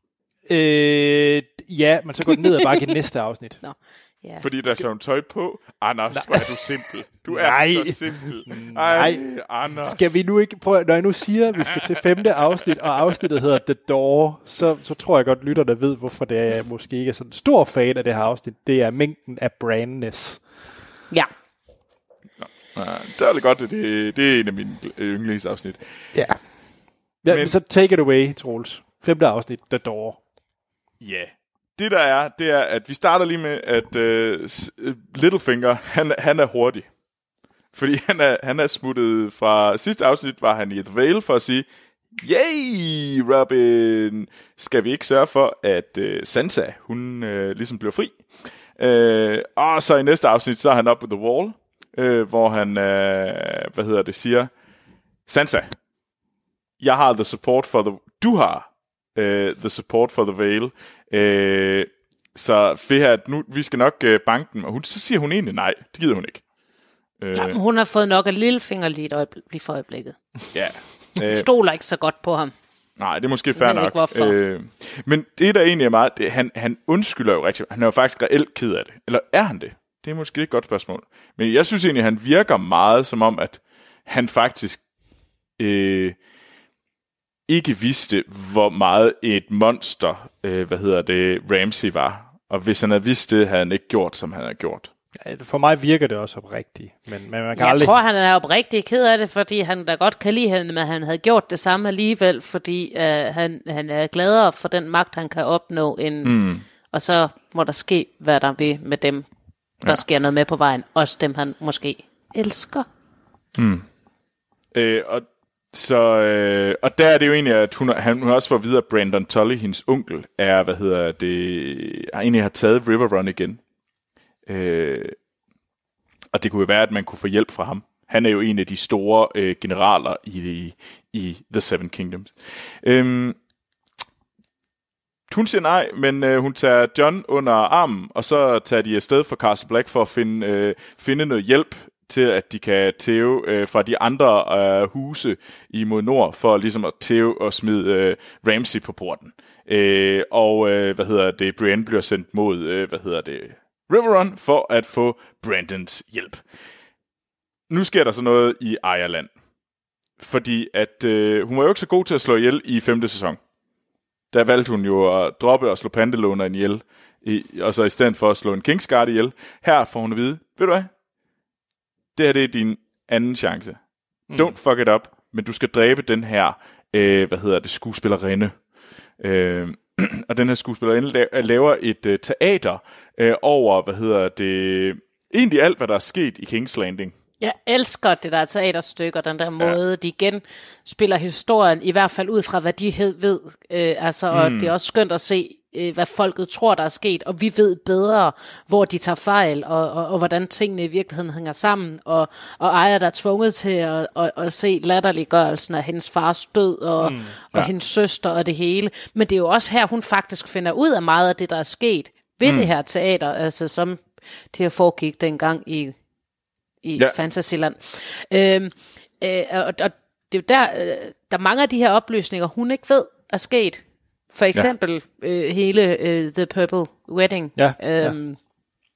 Øh, ja, men så går den ned og bare i næste afsnit. Nå. Yeah. Fordi der er sådan tøj på. Anders, hvor er du simpel. Du er Nej. så simpel. Ej, Nej, Anders. Skal vi nu ikke prøve, når jeg nu siger, at vi skal til femte afsnit, og afsnittet hedder The Door, så, så tror jeg godt, lytterne ved, hvorfor det er, jeg måske ikke er sådan en stor fan af det her afsnit. Det er mængden af brandness. Ja. Nå, det er det godt, det, det er en af mine yndlingsafsnit. Ja. Ja, men så take it away, Troels. Femte afsnit, The Door. Ja. Yeah. Det der er, det er, at vi starter lige med, at uh, Littlefinger, han, han er hurtig. Fordi han er, han er smuttet fra sidste afsnit, var han i The Vale for at sige, yay, Robin, skal vi ikke sørge for, at uh, Sansa, hun uh, ligesom bliver fri. Uh, og så i næste afsnit, så er han oppe på The Wall, uh, hvor han, uh, hvad hedder det, siger, Sansa, jeg har the support for the, du har uh, the support for The Vale. Uh, så for her, at nu, vi skal nok uh, banke den, og hun, så siger hun egentlig nej, det gider hun ikke. Ja, hun har fået nok af Littlefinger lige, øjeblik, lige for øjeblikket. Ja. Hun øh, stoler ikke så godt på ham. Nej, det er måske fair nok. Ikke, øh, men det der egentlig er meget, det, han, han undskylder jo rigtig. Han er jo faktisk reelt ked af det. Eller er han det? Det er måske et godt spørgsmål. Men jeg synes egentlig, han virker meget som om, at han faktisk øh, ikke vidste, hvor meget et monster, øh, hvad hedder det, Ramsay var. Og hvis han havde vidst det, havde han ikke gjort, som han havde gjort. For mig virker det også oprigtigt. Men, men man kan jeg aldrig... tror, han er oprigtig ked af det, fordi han da godt kan lide hende, men han havde gjort det samme alligevel, fordi øh, han, han er gladere for den magt, han kan opnå, end, mm. og så må der ske, hvad der vil med dem, der ja. sker noget med på vejen. Også dem, han måske elsker. Mm. Øh, og, så, øh, og der er det jo egentlig, at hun, han, hun også får videre, at Brandon Tully, hendes onkel, er, hvad hedder det, egentlig har taget River Run igen. Øh, og det kunne jo være, at man kunne få hjælp fra ham. Han er jo en af de store øh, generaler i, i, i The Seven Kingdoms. Øh, hun siger nej, men øh, hun tager Jon under armen, og så tager de afsted fra Castle Black for at finde, øh, finde noget hjælp til, at de kan tæve øh, fra de andre øh, huse imod nord, for ligesom at tæve og smide øh, Ramsay på porten. Øh, og øh, hvad hedder det, Brienne bliver sendt mod, øh, hvad hedder det, Riverrun for at få Brandons hjælp. Nu sker der så noget i Ireland. fordi at øh, hun var jo ikke så god til at slå ihjel i femte sæson. Der valgte hun jo at droppe og slå pantelåneren ihjel, i, og så i stedet for at slå en Kingsguard ihjel. Her får hun at vide, ved du hvad? Det her det er din anden chance. Mm. Don't fuck it up, men du skal dræbe den her, øh, hvad hedder det, skuespillerinde. Øh, og den her skuespillerinde laver et øh, teater øh, over, hvad hedder det, egentlig alt, hvad der er sket i King's Landing. Jeg elsker det der teaterstykke, og den der måde, ja. de igen spiller historien, i hvert fald ud fra, hvad de ved. Øh, altså, og mm. det er også skønt at se, øh, hvad folket tror, der er sket, og vi ved bedre, hvor de tager fejl, og, og, og hvordan tingene i virkeligheden hænger sammen, og, og Arya, der er tvunget til at, at, at se latterliggørelsen af hendes fars død, og, mm. og ja. hendes søster, og det hele. Men det er jo også her, hun faktisk finder ud af meget af det, der er sket ved mm. det her teater, altså som det her foregik dengang i i ja. Fantasyland. Øhm, øh, og, og det er jo der, øh, der er mange af de her oplysninger, hun ikke ved er sket. For eksempel ja. øh, hele øh, The Purple Wedding. Ja, øhm, ja.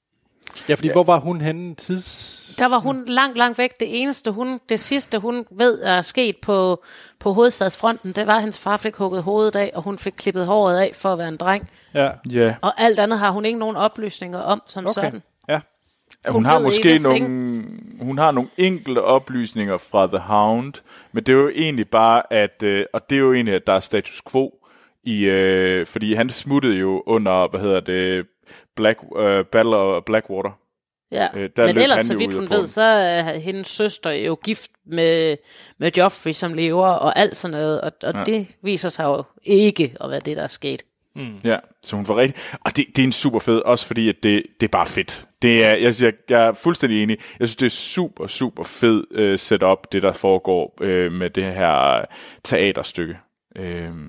ja fordi ja. hvor var hun henne tids... Der var hun langt, langt væk. Det eneste, hun, det sidste, hun ved er sket på, på hovedstadsfronten, det var, at hendes far fik hugget hovedet af, og hun fik klippet håret af for at være en dreng. Ja. Yeah. Og alt andet har hun ikke nogen oplysninger om, som okay. sådan. Ja. Hun, hun har måske nogle, hun har nogle enkelte oplysninger fra The Hound, men det er jo egentlig bare, at, øh, og det er jo egentlig, at der er status quo, i, øh, fordi han smuttede jo under, hvad hedder det, Black, øh, Battle of Blackwater. Ja, øh, men ellers, så vidt hun ved, så er hendes søster jo gift med, med Joffrey, som lever, og alt sådan noget, og, og ja. det viser sig jo ikke at være det, der er sket. Mm. Ja, så hun får rigtig... Og det, det er en super fed, også fordi, at det, det er bare fedt. Det er, jeg, jeg, jeg er fuldstændig enig. Jeg synes, det er super, super fed uh, setup, det der foregår uh, med det her teaterstykke. Uh,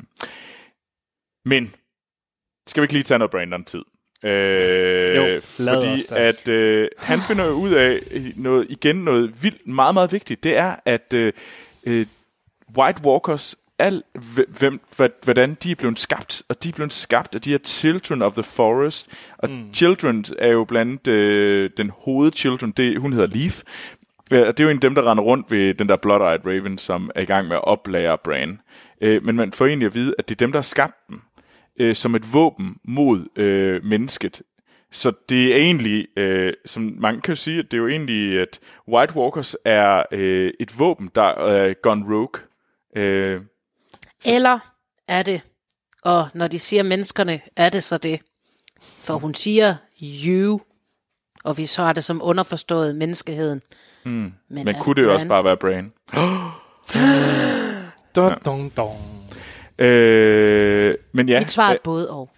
men, skal vi ikke lige tage noget Brandon-tid? Uh, jo, fordi at uh, han finder jo ud af noget, igen noget vildt, meget, meget vigtigt. Det er, at uh, uh, White Walkers Al, hvem, hvordan de er blevet skabt, og de er blevet skabt af de her Children of the Forest, og mm. Children er jo blandt øh, den hovedchildren, det, hun hedder Leaf, ja, det er jo en af dem, der render rundt ved den der Blood-Eyed Raven, som er i gang med at oplære Bran, øh, men man får egentlig at vide, at det er dem, der har skabt dem, øh, som et våben mod øh, mennesket. Så det er egentlig, øh, som man kan sige, at det er jo egentlig, at White Walkers er øh, et våben, der er gone rogue. Øh, Eller er det, og når de siger menneskerne, er det så det? For hun siger you, og vi så har det som underforstået menneskeheden. Mm. Men, Men kunne det jo også bare være Bran? dun, dun, dun. Øh, men ja. Mit svar er både og.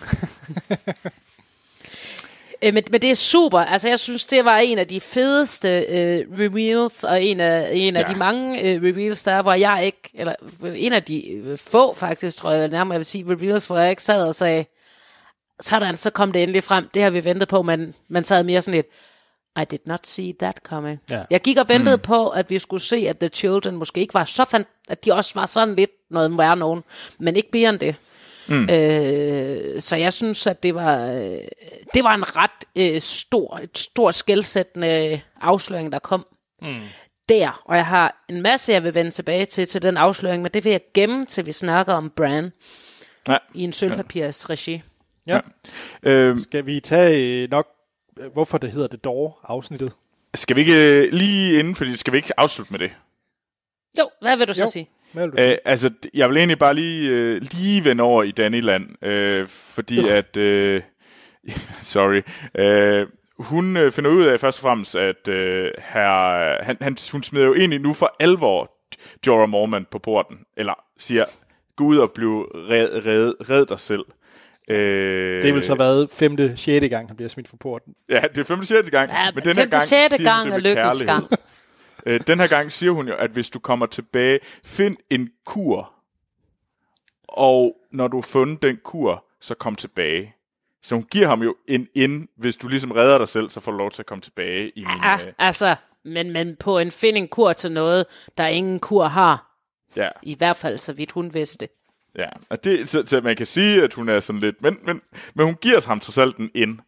Men, men det er super. Altså, jeg synes, det var en af de fedeste øh, reveals, og en af, en af ja. de mange øh, reveals, der er, hvor jeg ikke, eller en af de øh, få faktisk, tror jeg nærmere, jeg vil sige, reveals, hvor jeg ikke sad og sagde, sådan, så kom det endelig frem, det har vi ventet på, men man sad mere sådan lidt, I did not see that coming. Ja. Jeg gik og ventede mm. på, at vi skulle se, at The Children måske ikke var så fandt, at de også var sådan lidt noget værre nogen, men ikke mere end det. Mm. Øh, så jeg synes, at det var øh, det var en ret øh, stor, et stor skelsættende afsløring, der kom mm. der. Og jeg har en masse, jeg vil vende tilbage til, til den afsløring, men det vil jeg gemme, til vi snakker om Bran ja. i en sølvpapirs regi. Ja. Ja. Øh, Skal vi tage nok, hvorfor det hedder The Door-afsnittet? Skal vi ikke lige inden, fordi skal vi ikke afslutte med det? Jo, hvad vil du så jo. sige? Æh, altså, jeg vil egentlig bare lige øh, lige vende over i Danyland, øh, fordi Uff. at øh, sorry, øh, hun øh, finder ud af først og fremmest, at øh, her, han, han, hun smider jo egentlig nu for alvor Jorah Mormont på porten, eller siger, gå ud og blive red, red, red dig selv. Øh, det vil så været femte, sjette gang, han bliver smidt fra porten. Ja, det er femte, sjette gang, ja, men den femte, her gang sjette gang er lykkens gang. Øh, den her gang siger hun jo, at hvis du kommer tilbage, find en kur, og når du har fundet den kur, så kom tilbage. Så hun giver ham jo en ind, hvis du ligesom redder dig selv, så får du lov til at komme tilbage i min... Ja, øh... altså, men, men på en find en kur til noget, der ingen kur har. Ja. I hvert fald, så vidt hun vidste. Ja, og det, så, så man kan sige, at hun er sådan lidt... Men, men, men hun giver ham trods alt en ind.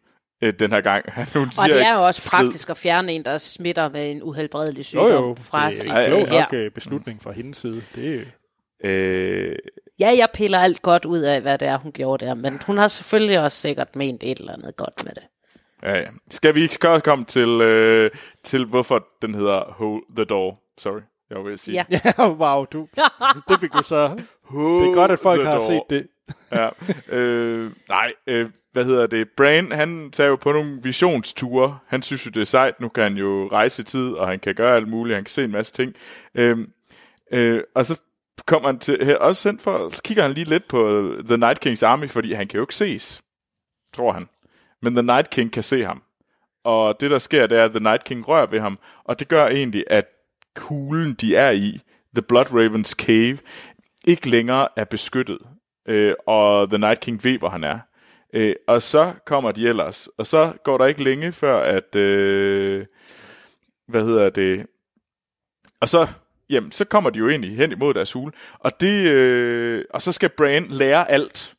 øh, den her gang. Hun Og siger det er jo ikke også strid. praktisk at fjerne en, der smitter med en uhelbredelig sygdom Jo jo, fra det sit er en klog her. nok øh, beslutning fra hendes side. Det er Øh, Ja, jeg piller alt godt ud af, hvad det er, hun gjorde der, men hun har selvfølgelig også sikkert ment et eller andet godt med det. ja, ja. Skal vi ikke komme til, øh, til, hvorfor den hedder Hold the Door? Sorry, jeg vil sige. Ja. ja, wow, du, det fik du så. Det er godt, at folk the har door. set det. Ja, øh, nej, øh, hvad hedder det? Bran, han tager jo på nogle visionsture. Han synes jo, det er sejt. Nu kan han jo rejse i tid, og han kan gøre alt muligt. Han kan se en masse ting. Øh, øh, og så kommer han til, her, også sendt for, så kigger han lige lidt på The Night Kings Army, fordi han kan jo ikke ses, tror han. Men The Night King kan se ham. Og det, der sker, det er, at The Night King rører ved ham, og det gør egentlig, at kuglen, de er i, The Blood Ravens Cave, ikke længere er beskyttet. Øh, og The Night King ved, hvor han er. Øh, og så kommer de ellers. Og så går der ikke længe før, at... Øh, hvad hedder det? Og så... Jamen, så kommer de jo egentlig hen imod deres hule. Og, det, øh, og så skal Bran lære alt.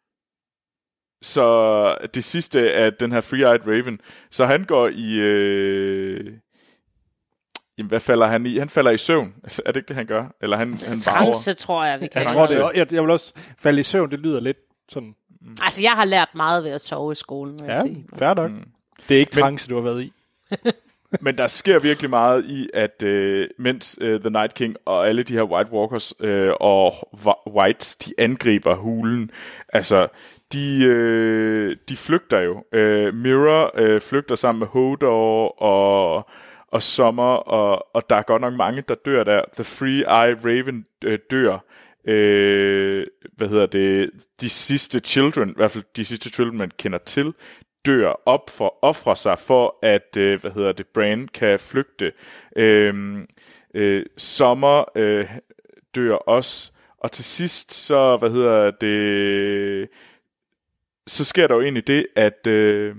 Så det sidste af den her Three-Eyed Raven. Så han går i... Øh, jamen, hvad falder han i? Han falder i søvn. Er det ikke det, han gør? Eller han, han Trance, tror jeg, vi kan. Jeg tror, det er, jeg, jeg vil også falde i søvn. Det lyder lidt sådan... Altså, jeg har lært meget ved at sove i skolen, vil jeg Ja, sige. fair nok. Mm. Det er ikke trance, du har været i. Men der sker virkelig meget i, at øh, mens øh, The Night King og alle de her White Walkers øh, og Whites, de angriber hulen, altså, de, øh, de flygter jo. Øh, Mirror øh, flygter sammen med Hodor og, og Summer, og, og der er godt nok mange, der dør der. The Three-Eyed Raven øh, dør. Øh, hvad hedder det? De sidste children, i hvert fald de sidste children, man kender til, dør op for at ofre sig for, at øh, hvad hedder det, Bran kan flygte. Øh, øh, Summer øh, dør også, og til sidst så, hvad hedder det, så sker der jo egentlig det, at øh,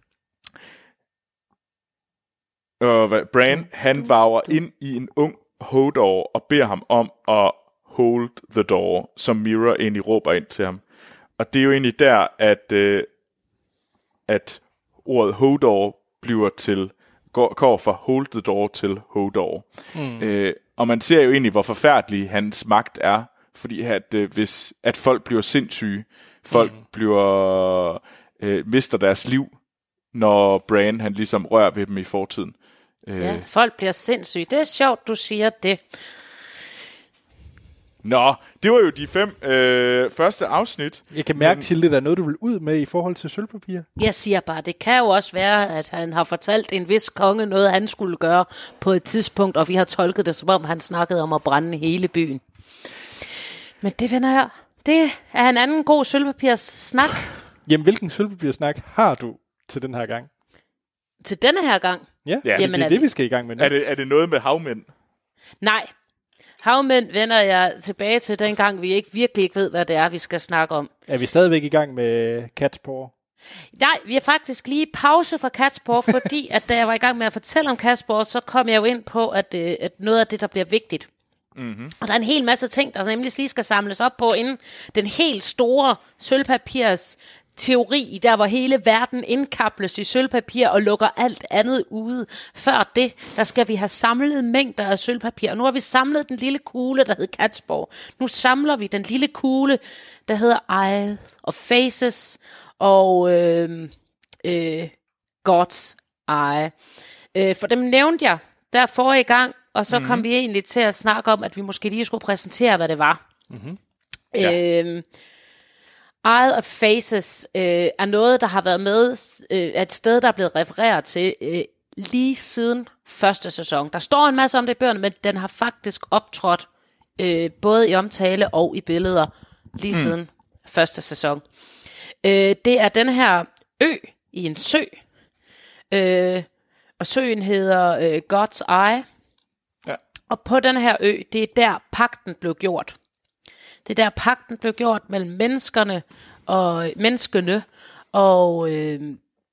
øh, hvad, Bran, han varver ind i en ung Hodor og beder ham om at hold the door, som Mirror egentlig råber ind til ham. Og det er jo egentlig der, at øh, at ordet Hodor bliver til, går, går fra hold the door til Hodor. Mm. Øh, og man ser jo egentlig, hvor forfærdelig hans magt er, fordi at, øh, hvis, at folk bliver sindssyge, folk mm. bliver, øh, mister deres liv, når Bran han ligesom rører ved dem i fortiden. Øh. Ja, folk bliver sindssyge. Det er sjovt, du siger det. Nå, det var jo de fem øh, første afsnit. Jeg kan mærke til, det der er noget, du vil ud med i forhold til sølvpapir. Jeg siger bare, det kan jo også være, at han har fortalt en vis konge noget, han skulle gøre på et tidspunkt, og vi har tolket det, som om han snakkede om at brænde hele byen. Men det, venner her, det er en anden god sølvpapirs snak. Jamen, hvilken sølvpapirsnak har du til den her gang? Til denne her gang? Ja, Ja. det, Jamen, det er er det, vi- vi skal i gang med nu. Er det, er det noget med havmænd? Nej. Havmænd vender jeg tilbage til dengang, vi ikke virkelig ikke ved, hvad det er, vi skal snakke om. Er vi stadigvæk i gang med Catspaw? Nej, vi er faktisk lige i pause fra Catspaw, fordi at da jeg var i gang med at fortælle om Catspaw, så kom jeg jo ind på, at, øh, at noget af det, der bliver vigtigt. Mm-hmm. Og der er en hel masse ting, der nemlig lige skal samles op på, inden den helt store sølvpapirs teori, der hvor hele verden indkables i sølvpapir og lukker alt andet ude. Før det, der skal vi have samlet mængder af sølvpapir. Og nu har vi samlet den lille kugle, der hed Catspaw. Nu samler vi den lille kugle, der hedder Isle of Faces og øh, øh, God's Eye. Øh, for dem nævnte jeg der forrige gang, og så mm-hmm. kom vi egentlig til at snakke om, at vi måske lige skulle præsentere, hvad det var. Mm-hmm. Ja. Øh, Isle of Faces øh, er noget, der har været med, øh, et sted, der er blevet refereret til øh, lige siden første sæson. Der står en masse om det i bøgerne, men den har faktisk optrådt øh, både i omtale og i billeder lige mm. siden første sæson. Øh, det er den her ø i en sø, øh, og søen hedder øh, God's Eye. Ja. Og på den her ø, det er der pagten blev gjort. Det er der pagten blev gjort mellem menneskerne og menneskene og øh,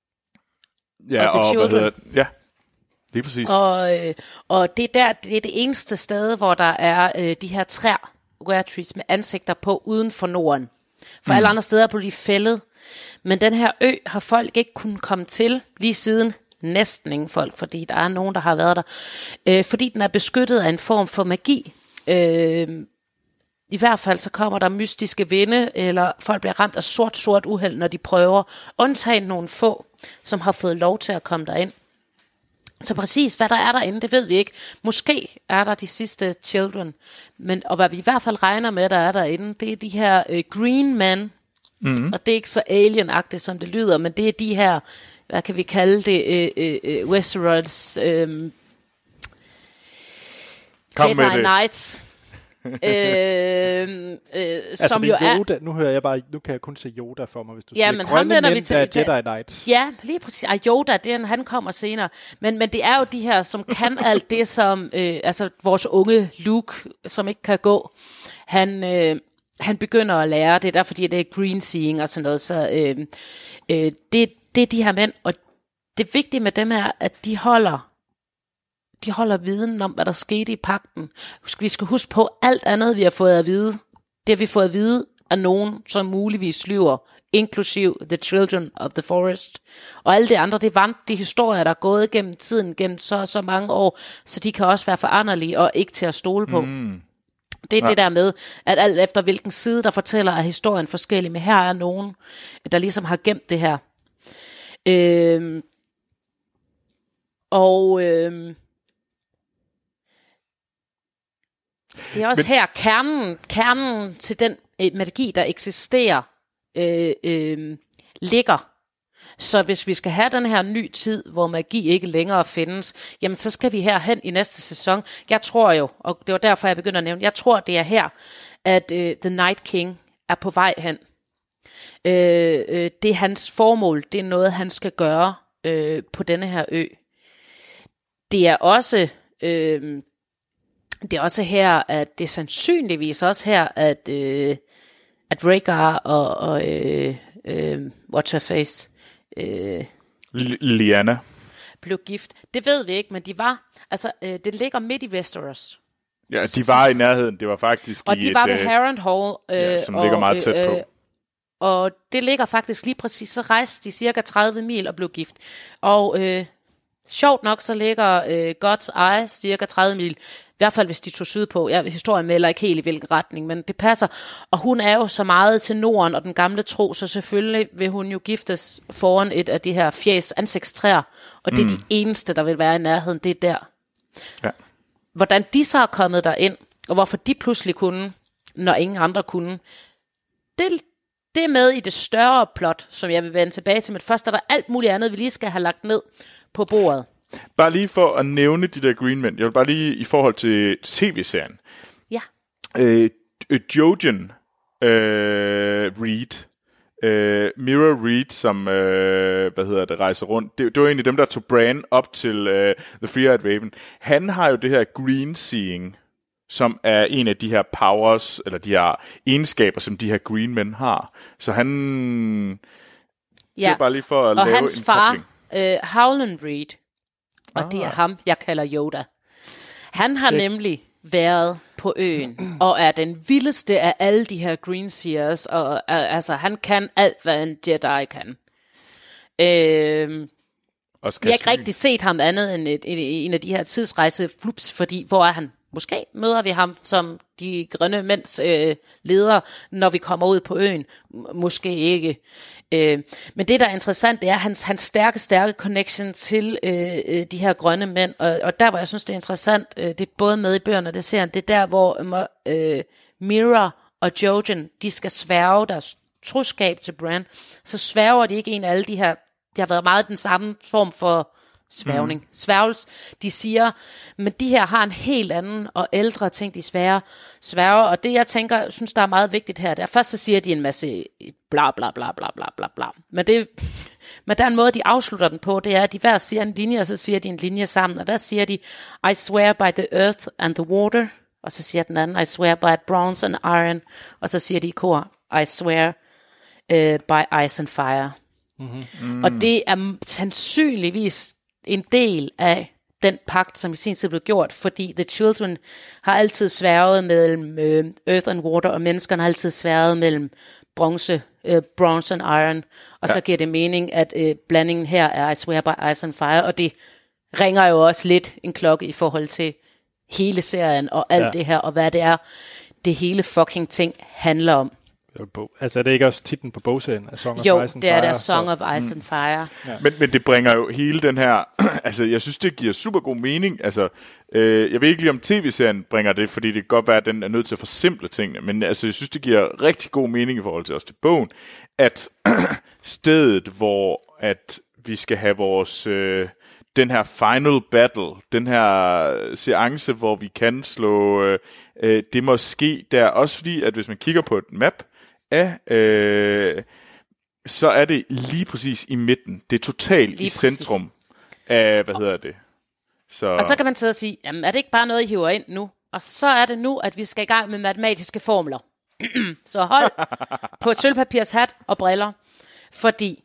Ja, Og The og, hvad Children. hedder, ja, det er præcis. og øh, og det er der, det er det eneste sted, hvor der er øh, de her træer, rare trees med ansigter på uden for Norden. For mm. alle andre steder blev de fældet. Men den her ø har folk ikke kunnet komme til lige siden. Næsten ingen folk, fordi der er nogen, der har været der. Øh, fordi den er beskyttet af en form for magi. Øh, I hvert fald så kommer der mystiske vinde, eller folk bliver ramt af sort, sort uheld, når de prøver. Undtagen nogle få, som har fået lov til at komme derind. Så præcis hvad der er derinde, det ved vi ikke. Måske er der de sidste children. Men, og hvad vi i hvert fald regner med, der er derinde, det er de her øh, green men. Mm-hmm. Og det er ikke så alien-agtigt, som det lyder, men det er de her, hvad kan vi kalde det, øh, øh, Westeros øh, Jedi Knights. øh, øh, altså som det jo er Yoda, er, nu hører jeg bare, nu kan jeg kun se Yoda for mig, hvis du ja, siger men grønne ham mænd, vi til, der er Jedi Knights. Ja, lige præcis. Og Yoda, det er, han kommer senere. Men, men det er jo de her, som kan alt det, som øh, altså vores unge Luke, som ikke kan gå. Han, øh, han begynder at lære det, der fordi det er green seeing og sådan noget. Så øh, øh, det, det er de her mænd, og det vigtige med dem er, at de holder de holder viden om, hvad der skete i pagten. Vi skal huske på, alt andet, vi har fået at vide, det har vi fået at vide af nogen, som muligvis lyver, inklusiv The Children of the Forest. Og alle de andre, det er de historier, der er gået gennem tiden, gennem så så mange år, så de kan også være foranderlige og ikke til at stole på. Mm. Det er ja. det der med, at alt efter hvilken side, der fortæller, er historien forskellig, men her er nogen, der ligesom har gemt det her. Øhm, og øhm, det er også men, her kernen, kernen til den øh, magi, der eksisterer, øh, øh, ligger. Så hvis vi skal have den her ny tid, hvor magi ikke længere findes, jamen så skal vi herhen i næste sæson. Jeg tror jo, og det var derfor jeg begynder at nævne, jeg tror det er her, at øh, The Night King er på vej hen. Øh, øh, det er hans formål, det er noget han skal gøre øh, på denne her ø. Det er også... Øh, Det er også her, at det er sandsynligvis også her, at, øh, at Rhaegar og, og øh, øh, what's her face? Øh, Lyanna. Blev gift. Det ved vi ikke, men de var, altså øh, det ligger midt i Westeros. Ja, de var i nærheden. Det var faktisk og i de et, var ved Harrenhal. Øh, ja, som og, ligger meget tæt på. Øh, og det ligger faktisk lige præcis, så rejste de cirka tredive mil og blev gift. Og øh, sjovt nok, så ligger øh, God's Eye cirka tredive mil. I hvert fald, hvis de tog sydpå. Ja, historien melder ikke helt i hvilken retning, men det passer. Og hun er jo så meget til Norden og den gamle tro, så selvfølgelig vil hun jo giftes foran et af de her fjæs ansigtstræer. Og det er mm. de eneste, der vil være i nærheden. Det er der. Ja. Hvordan de så er kommet derind, og hvorfor de pludselig kunne, når ingen andre kunne, det, det er med i det større plot, som jeg vil vende tilbage til. Men først er der alt muligt andet, vi lige skal have lagt ned på bordet. Bare lige for at nævne de der Green Men. Jeg vil bare lige i forhold til T V-serien. Ja. Øh, Jojen øh, Reed, øh, Mira Reed, som øh, hvad hedder det, rejser rundt. Det, det var egentlig dem, der tog Bran op til øh, The Three-Eyed Raven. Han har jo det her green seeing, som er en af de her powers, eller de her egenskaber, som de her Green Men har. Så han... Ja. Det er bare lige for at og lave hans en far, kobling. øh, Howland Reed, og ah. det er ham, jeg kalder Yoda. Han har Check. nemlig været på øen, og er den vildeste af alle de her Greenseers, og uh, altså, han kan alt, hvad en Jedi kan. Øh, Og jeg har ikke rigtig set ham andet end et, et, en af de her tidsrejseflups, fordi hvor er han? Måske møder vi ham som de grønne mænds øh, leder, når vi kommer ud på øen. M- måske ikke. Øh, men det, der er interessant, det er hans, hans stærke, stærke connection til øh, de her grønne mænd. Og, og der, hvor jeg synes, det er interessant, øh, det er både med i bøgerne, det ser han, det er der, hvor øh, Mira og Jojen, de skal sværge deres troskab til Bran. Så sværger de ikke en af alle de her, det har været meget den samme form for sværgning. Mm. Sværgels, de siger, men de her har en helt anden og ældre ting, de sværger, sværger, og det jeg tænker, synes der er meget vigtigt her, det er, først så siger de en masse bla bla bla bla bla bla bla, men det, men der er en måde, de afslutter den på, det er, at de hver siger en linje, og så siger de en linje sammen, og der siger de, I swear by the earth and the water, og så siger den anden, I swear by bronze and iron, og så siger de i kor, I swear uh, by ice and fire. Mm-hmm. Mm. Og det er sandsynligvis en del af den pagt, som i sin tid blev gjort, fordi The Children har altid sværget mellem øh, Earth and Water, og menneskerne har altid sværget mellem bronze, øh, Bronze and Iron, og ja. så giver det mening, at øh, blandingen her er I Swear by Ice and Fire, og det ringer jo også lidt en klokke i forhold til hele serien, og alt ja. det her, og hvad det er, det hele fucking ting handler om. Altså er det ikke også titlen på bogserien af Song of jo, Ice and det Fire? er der Song så, of Ice mm. and Fire. Ja. Men, men det bringer jo hele den her, altså jeg synes det giver super god mening, altså øh, jeg ved ikke lige om tv-serien bringer det, fordi det kan godt være, at den er nødt til at forsimple tingene, men altså jeg synes det giver rigtig god mening i forhold til også til bogen, at stedet hvor at vi skal have vores øh, den her final battle, den her seance, hvor vi kan slå, øh, øh, det må ske der, også fordi at hvis man kigger på et map af, øh, så er det lige præcis i midten. Det er totalt lige i centrum præcis. Af, hvad hedder det? Så... Og så kan man sidde og sige, jamen er det ikke bare noget, I hiver ind nu? Og så er det nu, at vi skal i gang med matematiske formler. Så hold på et sølvpapirshat og briller. Fordi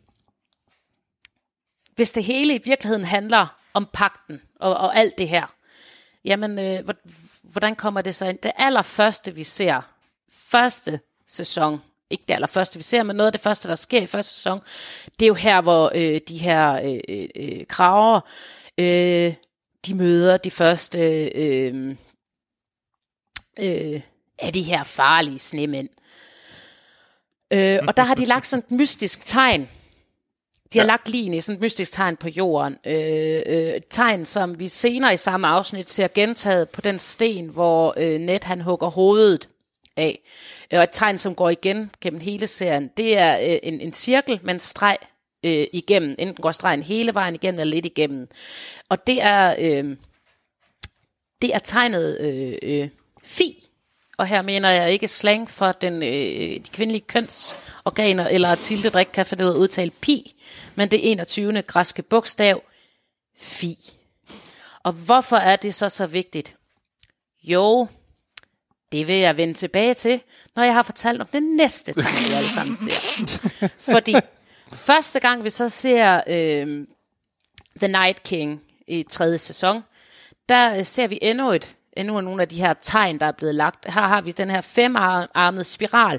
hvis det hele i virkeligheden handler om pagten og, og alt det her, jamen øh, hvordan kommer det så ind? Det allerførste, vi ser, første sæson, ikke det allerførste, vi ser, men noget af det første, der sker i første sæson, det er jo her, hvor øh, de her øh, øh, kraver, øh, de møder de første øh, øh, af de her farlige snemænd. Øh, og der har de lagt sådan et mystisk tegn. De har ja. lagt ligene i sådan et mystisk tegn på jorden. Øh, øh, tegn, som vi senere i samme afsnit ser gentaget på den sten, hvor øh, Ned han hugger hovedet af. Og et tegn, som går igen gennem hele serien, det er øh, en, en cirkel med en streg øh, igennem. Enten går stregen hele vejen igennem, eller lidt igennem. Og det er, øh, det er tegnet øh, øh, Fi. Og her mener jeg ikke slang for den, øh, de kvindelige kønsorganer, eller at Tilde ikke kan finde ud af at udtale pi, men det enogtyvende græske bogstav, Fi. Og hvorfor er det så så vigtigt? Jo, det vil jeg vende tilbage til, når jeg har fortalt om det næste tegn, vi alle sammen ser. Fordi første gang vi så ser øh, The Night King i tredje sæson, der øh, ser vi endnu et endnu nogle af de her tegn, der er blevet lagt. Her har vi den her femarmede spiral,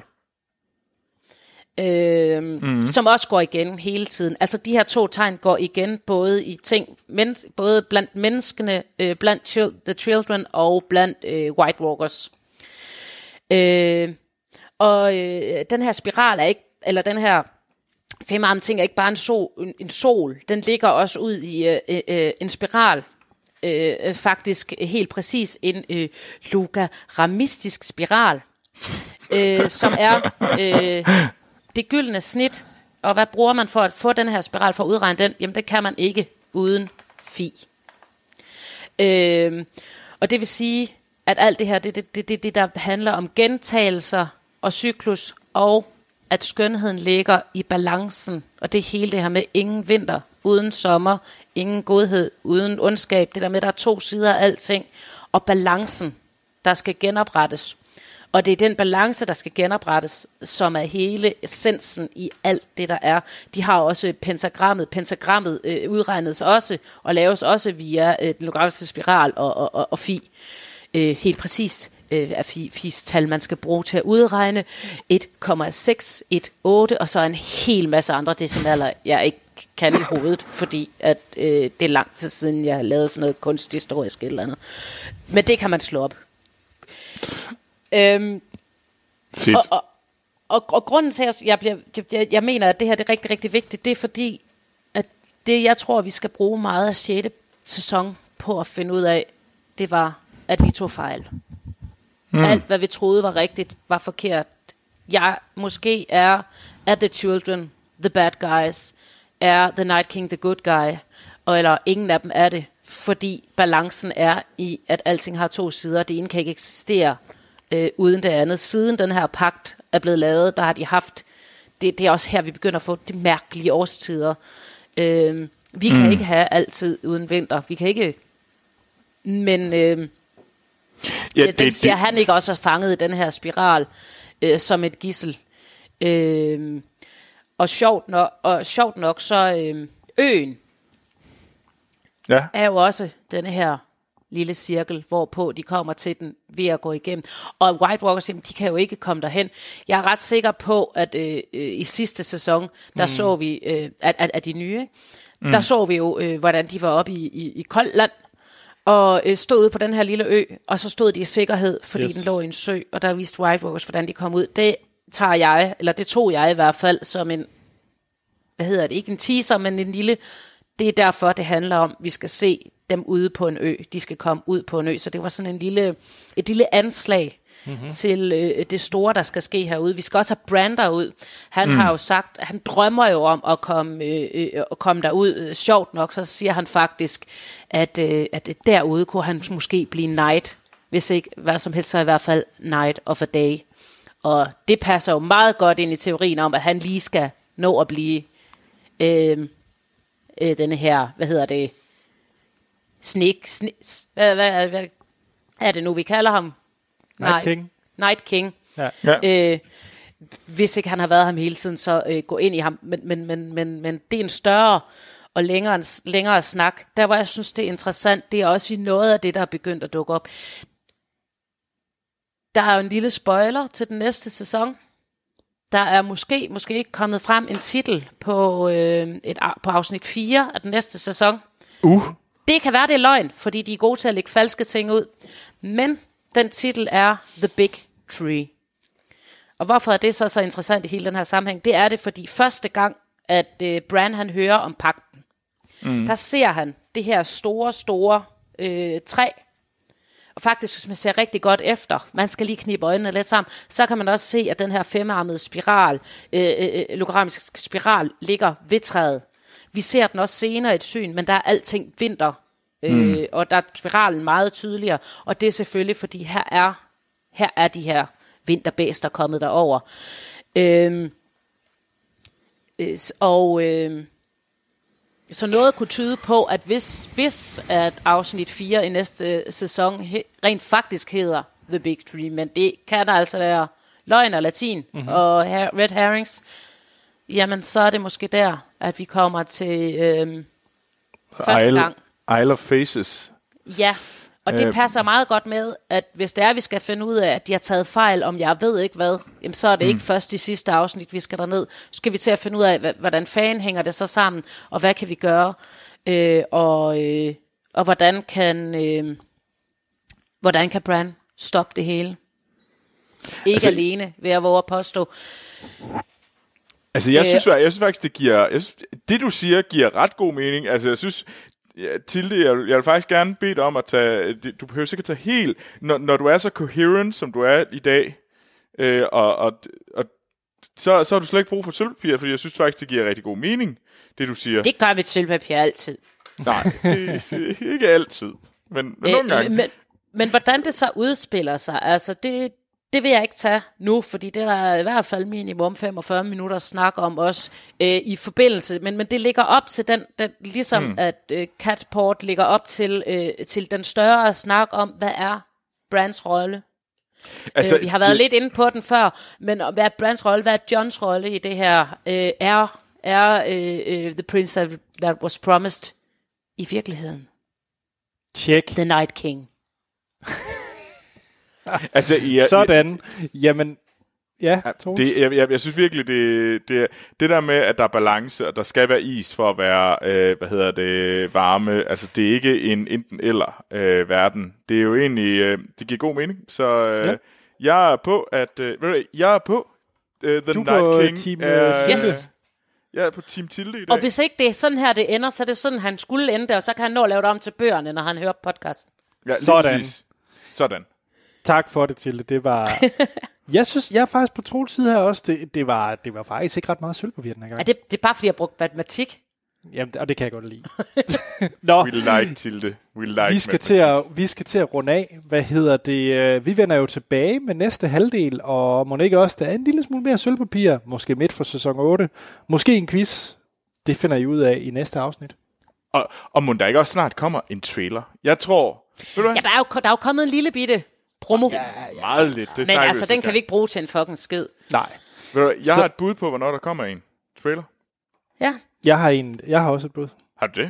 øh, mm. som også går igen hele tiden. Altså de her to tegn går igen både i ting, men, både blandt menneskene, øh, blandt chil- the children og blandt øh, White Walkers. Øh, og øh, den her spiral er ikke, eller den her femarmede ting er ikke bare en sol, en, en sol. Den ligger også ud i øh, øh, en spiral. Øh, faktisk helt præcis en øh, logarithmisk spiral, øh, som er øh, det gyldne snit. Og hvad bruger man for at få den her spiral, for at udregne den? Jamen det kan man ikke uden Fi. Øh, og det vil sige, at alt det her, det er det, det, det, det, der handler om gentagelser og cyklus, og at skønheden ligger i balancen. Og det er hele det her med ingen vinter uden sommer, ingen godhed uden ondskab. Det der med, at der er to sider af alting. Og balancen, der skal genoprettes. Og det er den balance, der skal genoprettes, som er hele essensen i alt det, der er. De har også pentagrammet. Pentagrammet øh, udregnes også, og laves også via øh, den logaritmiske spiral og, og, og, og Fi. Øh, helt præcis øh, er Fi's tal, man skal bruge til at udregne. et komma seks et otte, og så en hel masse andre decimaler, jeg ikke kan i hovedet, fordi at, øh, det er lang tid siden, jeg har lavet sådan noget kunsthistorisk eller andet. Men det kan man slå op. Øhm, Fedt. Og, og, og, og grunden til, at jeg, bliver, jeg, jeg mener, at det her det er rigtig, rigtig vigtigt, det er fordi, at det, jeg tror, vi skal bruge meget af sjette sæson på at finde ud af, det var, at vi tog fejl. Mm. Alt, hvad vi troede var rigtigt, var forkert. Jeg måske er, er the children the bad guys, er the Night King the good guy, og eller ingen af dem er det, fordi balancen er i, at alting har to sider. Det ene kan ikke eksistere øh, uden det andet. Siden den her pagt er blevet lavet, der har de haft, det, det er også her, vi begynder at få de mærkelige årstider. Øh, vi kan mm. ikke have altid uden vinter. Vi kan ikke, men øh, ja, det, den siger, det. Han ikke også er fanget i den her spiral øh, som et gidsel. Øh, og sjovt nok, og sjovt nok så øh, øen ja. er jo også denne her lille cirkel, hvorpå de kommer til den ved at gå igennem. Og White Walkers, de kan jo ikke komme derhen. Jeg er ret sikker på, at øh, i sidste sæson, der mm. så vi, øh, at, at, at de nye, mm. der så vi jo, øh, hvordan de var oppe i, i, i koldt land, og øh, stod ude på den her lille ø, og så stod de i sikkerhed, fordi yes. den lå i en sø, og der viste White Walkers, hvordan de kom ud. Det tager jeg, eller det tog jeg i hvert fald, som en, hvad hedder det, ikke en teaser, men en lille, det er derfor, det handler om, vi skal se dem ude på en ø. De skal komme ud på en ø. Så det var sådan en lille, et lille anslag mm-hmm. til øh, det store, der skal ske herude. Vi skal også have Bran derud. Han mm. har jo sagt, han drømmer jo om at komme, øh, øh, at komme derud. Sjovt nok, så siger han faktisk, at, øh, at derude kunne han måske blive Knight. Hvis ikke hvad som helst, så i hvert fald Knight of a Day. Og det passer jo meget godt ind i teorien om, at han lige skal nå at blive øh, øh, denne her, hvad hedder det, Snik, snik hvad, hvad, hvad er det nu, vi kalder ham? Night King. Night King. Ja. Ja. Øh, hvis ikke han har været ham hele tiden, så øh, gå ind i ham. Men, men, men, men, men det er en større og længere, længere snak. Der, hvor jeg synes, det er interessant, det er også i noget af det, der er begyndt at dukke op. Der er jo en lille spoiler til den næste sæson. Der er måske, måske ikke kommet frem en titel på, øh, et, på afsnit fire af den næste sæson. Uh. Det kan være, det er løgn, fordi de er gode til at lægge falske ting ud. Men den titel er The Big Tree. Og hvorfor er det så så interessant i hele den her sammenhæng? Det er det, fordi første gang, at øh, Bran han hører om pagten, mm. der ser han det her store, store øh, træ. Og faktisk, hvis man ser rigtig godt efter, man skal lige knibe øjnene lidt sammen, så kan man også se, at den her femarmede spiral, øh, øh, logrammisk spiral, ligger ved træet. Vi ser den også senere i et syn, men der er alting vinter, øh, mm. og der er spiralen meget tydeligere, og det er selvfølgelig, fordi her er, her er de her vinterbæster kommet derover. Øhm, øh, og øh, så noget kunne tyde på, at hvis, hvis at afsnit fire i næste sæson he, rent faktisk hedder The Big Tree, men det kan der altså være løgn og latin mm-hmm. og her, red herrings, jamen så er det måske der, at vi kommer til øhm, første Isle, gang. Isle of Faces. Ja, og det Øh. passer meget godt med, at hvis det er, vi skal finde ud af, at de har taget fejl om jeg ved ikke hvad, jamen så er det mm. ikke først i sidste afsnit, vi skal derned. Så skal vi til at finde ud af, hvordan fanden hænger det så sammen, og hvad kan vi gøre, øh, og, øh, og hvordan kan øh, hvordan kan Bran stoppe det hele. Ikke altså, alene, vil jeg våge at påstå. Altså, jeg synes, jeg synes faktisk, det giver... Jeg synes, det, du siger, giver ret god mening. Altså, jeg synes... Ja, Tilde, jeg, jeg vil faktisk gerne bede dig om at tage... Du behøver sikkert tage helt... Når, når du er så coherent, som du er i dag, øh, og, og, og så, så har du slet ikke brug for sølvpapir, fordi jeg synes faktisk, det giver rigtig god mening, det du siger. Det gør mit sølvpapir altid. Nej, det, det ikke altid. Men, men øh, nogle gange. Men, men hvordan det så udspiller sig, altså det... Det vil jeg ikke tage nu, fordi det er der i hvert fald minimum femogfyrre minutter snak om også øh, i forbindelse. Men, men det ligger op til den, den ligesom mm. at øh, Catport ligger op til, øh, til den større snak om, hvad er Brans rolle. Altså, øh, vi har været det... lidt inde på den før, men hvad er Brans rolle, hvad er Johns rolle i det her? Øh, er er øh, øh, The Prince that, that was promised i virkeligheden? Check. The Night King. Altså, ja, sådan. Jamen, ja, det, jeg, jeg, jeg synes virkelig, det, det, det der med, at der er balance, og der skal være is for at være, øh, hvad hedder det, varme, altså det er ikke en enten eller øh, verden. Det er jo egentlig, øh, det giver god mening. Så øh, ja. jeg er på, at, øh, ved du, jeg er på øh, The du Night King. Team, er, yes. Jeg er på Team Tilde i dag. Og hvis ikke det er sådan her, det ender, så er det sådan, han skulle ende der, og så kan han nå at lave det om til bøgerne, når han hører podcasten. Ja, sådan. Præcis. Sådan. Tak for det, Tilde. Det var... jeg synes, jeg er faktisk på Troels side her også. Det, det, var, det var faktisk ikke ret meget sølvpapir den her gang. Ja, det, det er bare, fordi jeg brugte matematik. Jamen, og det kan jeg godt lide. Nå. We like, Tilde. We like vi skal, til at, vi skal til at runde af. Hvad hedder det? Vi vender jo tilbage med næste halvdel, og må ikke også, der er en lille smule mere sølvpapir. Måske midt for sæson otte. Måske en quiz. Det finder I ud af i næste afsnit. Og, og må der ikke også snart kommer en trailer? Jeg tror... Ja, der er, jo, der er jo kommet en lille bitte... promo. Ja, ja, meget lidt. Det men altså, den kan vi ikke bruge til en fucking skid. Nej. Jeg så... har et bud på, hvornår der kommer en trailer. Ja. Jeg har, en, jeg har også et bud. Har du det?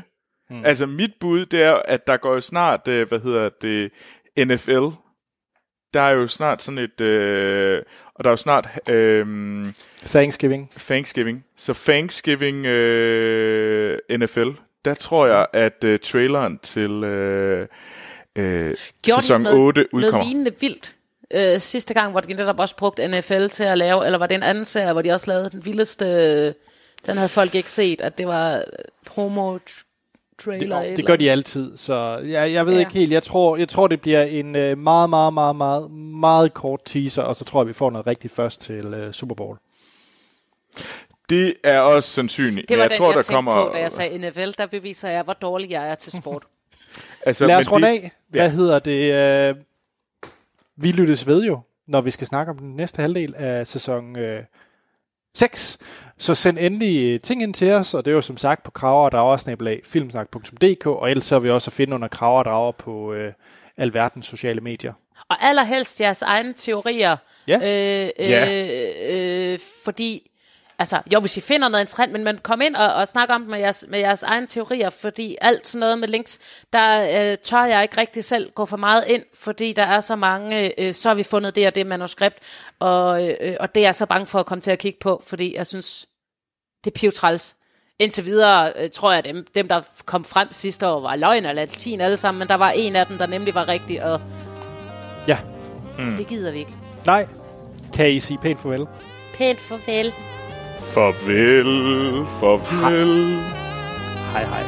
Mm. Altså mit bud, det er, at der går jo snart, øh, hvad hedder det, N F L. Der er jo snart sådan et, øh, og der er jo snart øh, Thanksgiving. Thanksgiving. Så Thanksgiving øh, N F L, der tror jeg, at øh, traileren til øh, øh, sæson noget, otte udkommer. Noget lignende vildt. Øh, sidste gang, hvor de netop også brugte N F L til at lave, eller var det en anden serie, hvor de også lavede den vildeste, den havde folk ikke set, at det var promo trailer. Det, det gør de altid, så jeg, jeg ved ja. ikke helt. Jeg tror, jeg tror, det bliver en uh, meget, meget, meget, meget, meget kort teaser, og så tror jeg, vi får noget rigtigt først til uh, Super Bowl. Det er også sandsynligt. Det var jeg den, tror, jeg der tænkte kommer... på, da jeg sagde N F L. Der beviser jeg, hvor dårlig jeg er til sport. altså, Lad os runde af. Hvad ja. hedder det? Uh, vi lyttes ved jo, når vi skal snakke om den næste halvdel af sæson uh, seks. Så send endelig ting ind til os, og det er jo som sagt på kraver og drager snabel-a filmsnak punktum d k, og ellers så er vi også at finde under kraver og drager på uh, alverdens sociale medier. Og allerhelst jeres egne teorier. Ja. Øh, øh, ja. øh, fordi, altså, jo, hvis I finder noget interessant, men, men kom ind og, og snak om det med jeres, med jeres egne teorier, fordi alt sådan noget med links, der øh, tør jeg ikke rigtig selv gå for meget ind, fordi der er så mange, øh, så har vi fundet det og det manuskript, og, øh, og det er jeg så bange for at komme til at kigge på, fordi jeg synes, det er pivtræls. Indtil videre øh, tror jeg, dem, dem der kom frem sidste år, var løgn og latin alle sammen, men der var en af dem, der nemlig var rigtig, og ja. Mm. Det gider vi ikke. Nej. Kan I sige pænt farvel? Pænt farvel. Farvel. Farvel. Hej hej.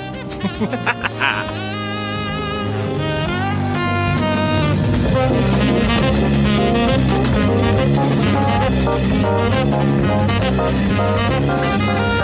hej.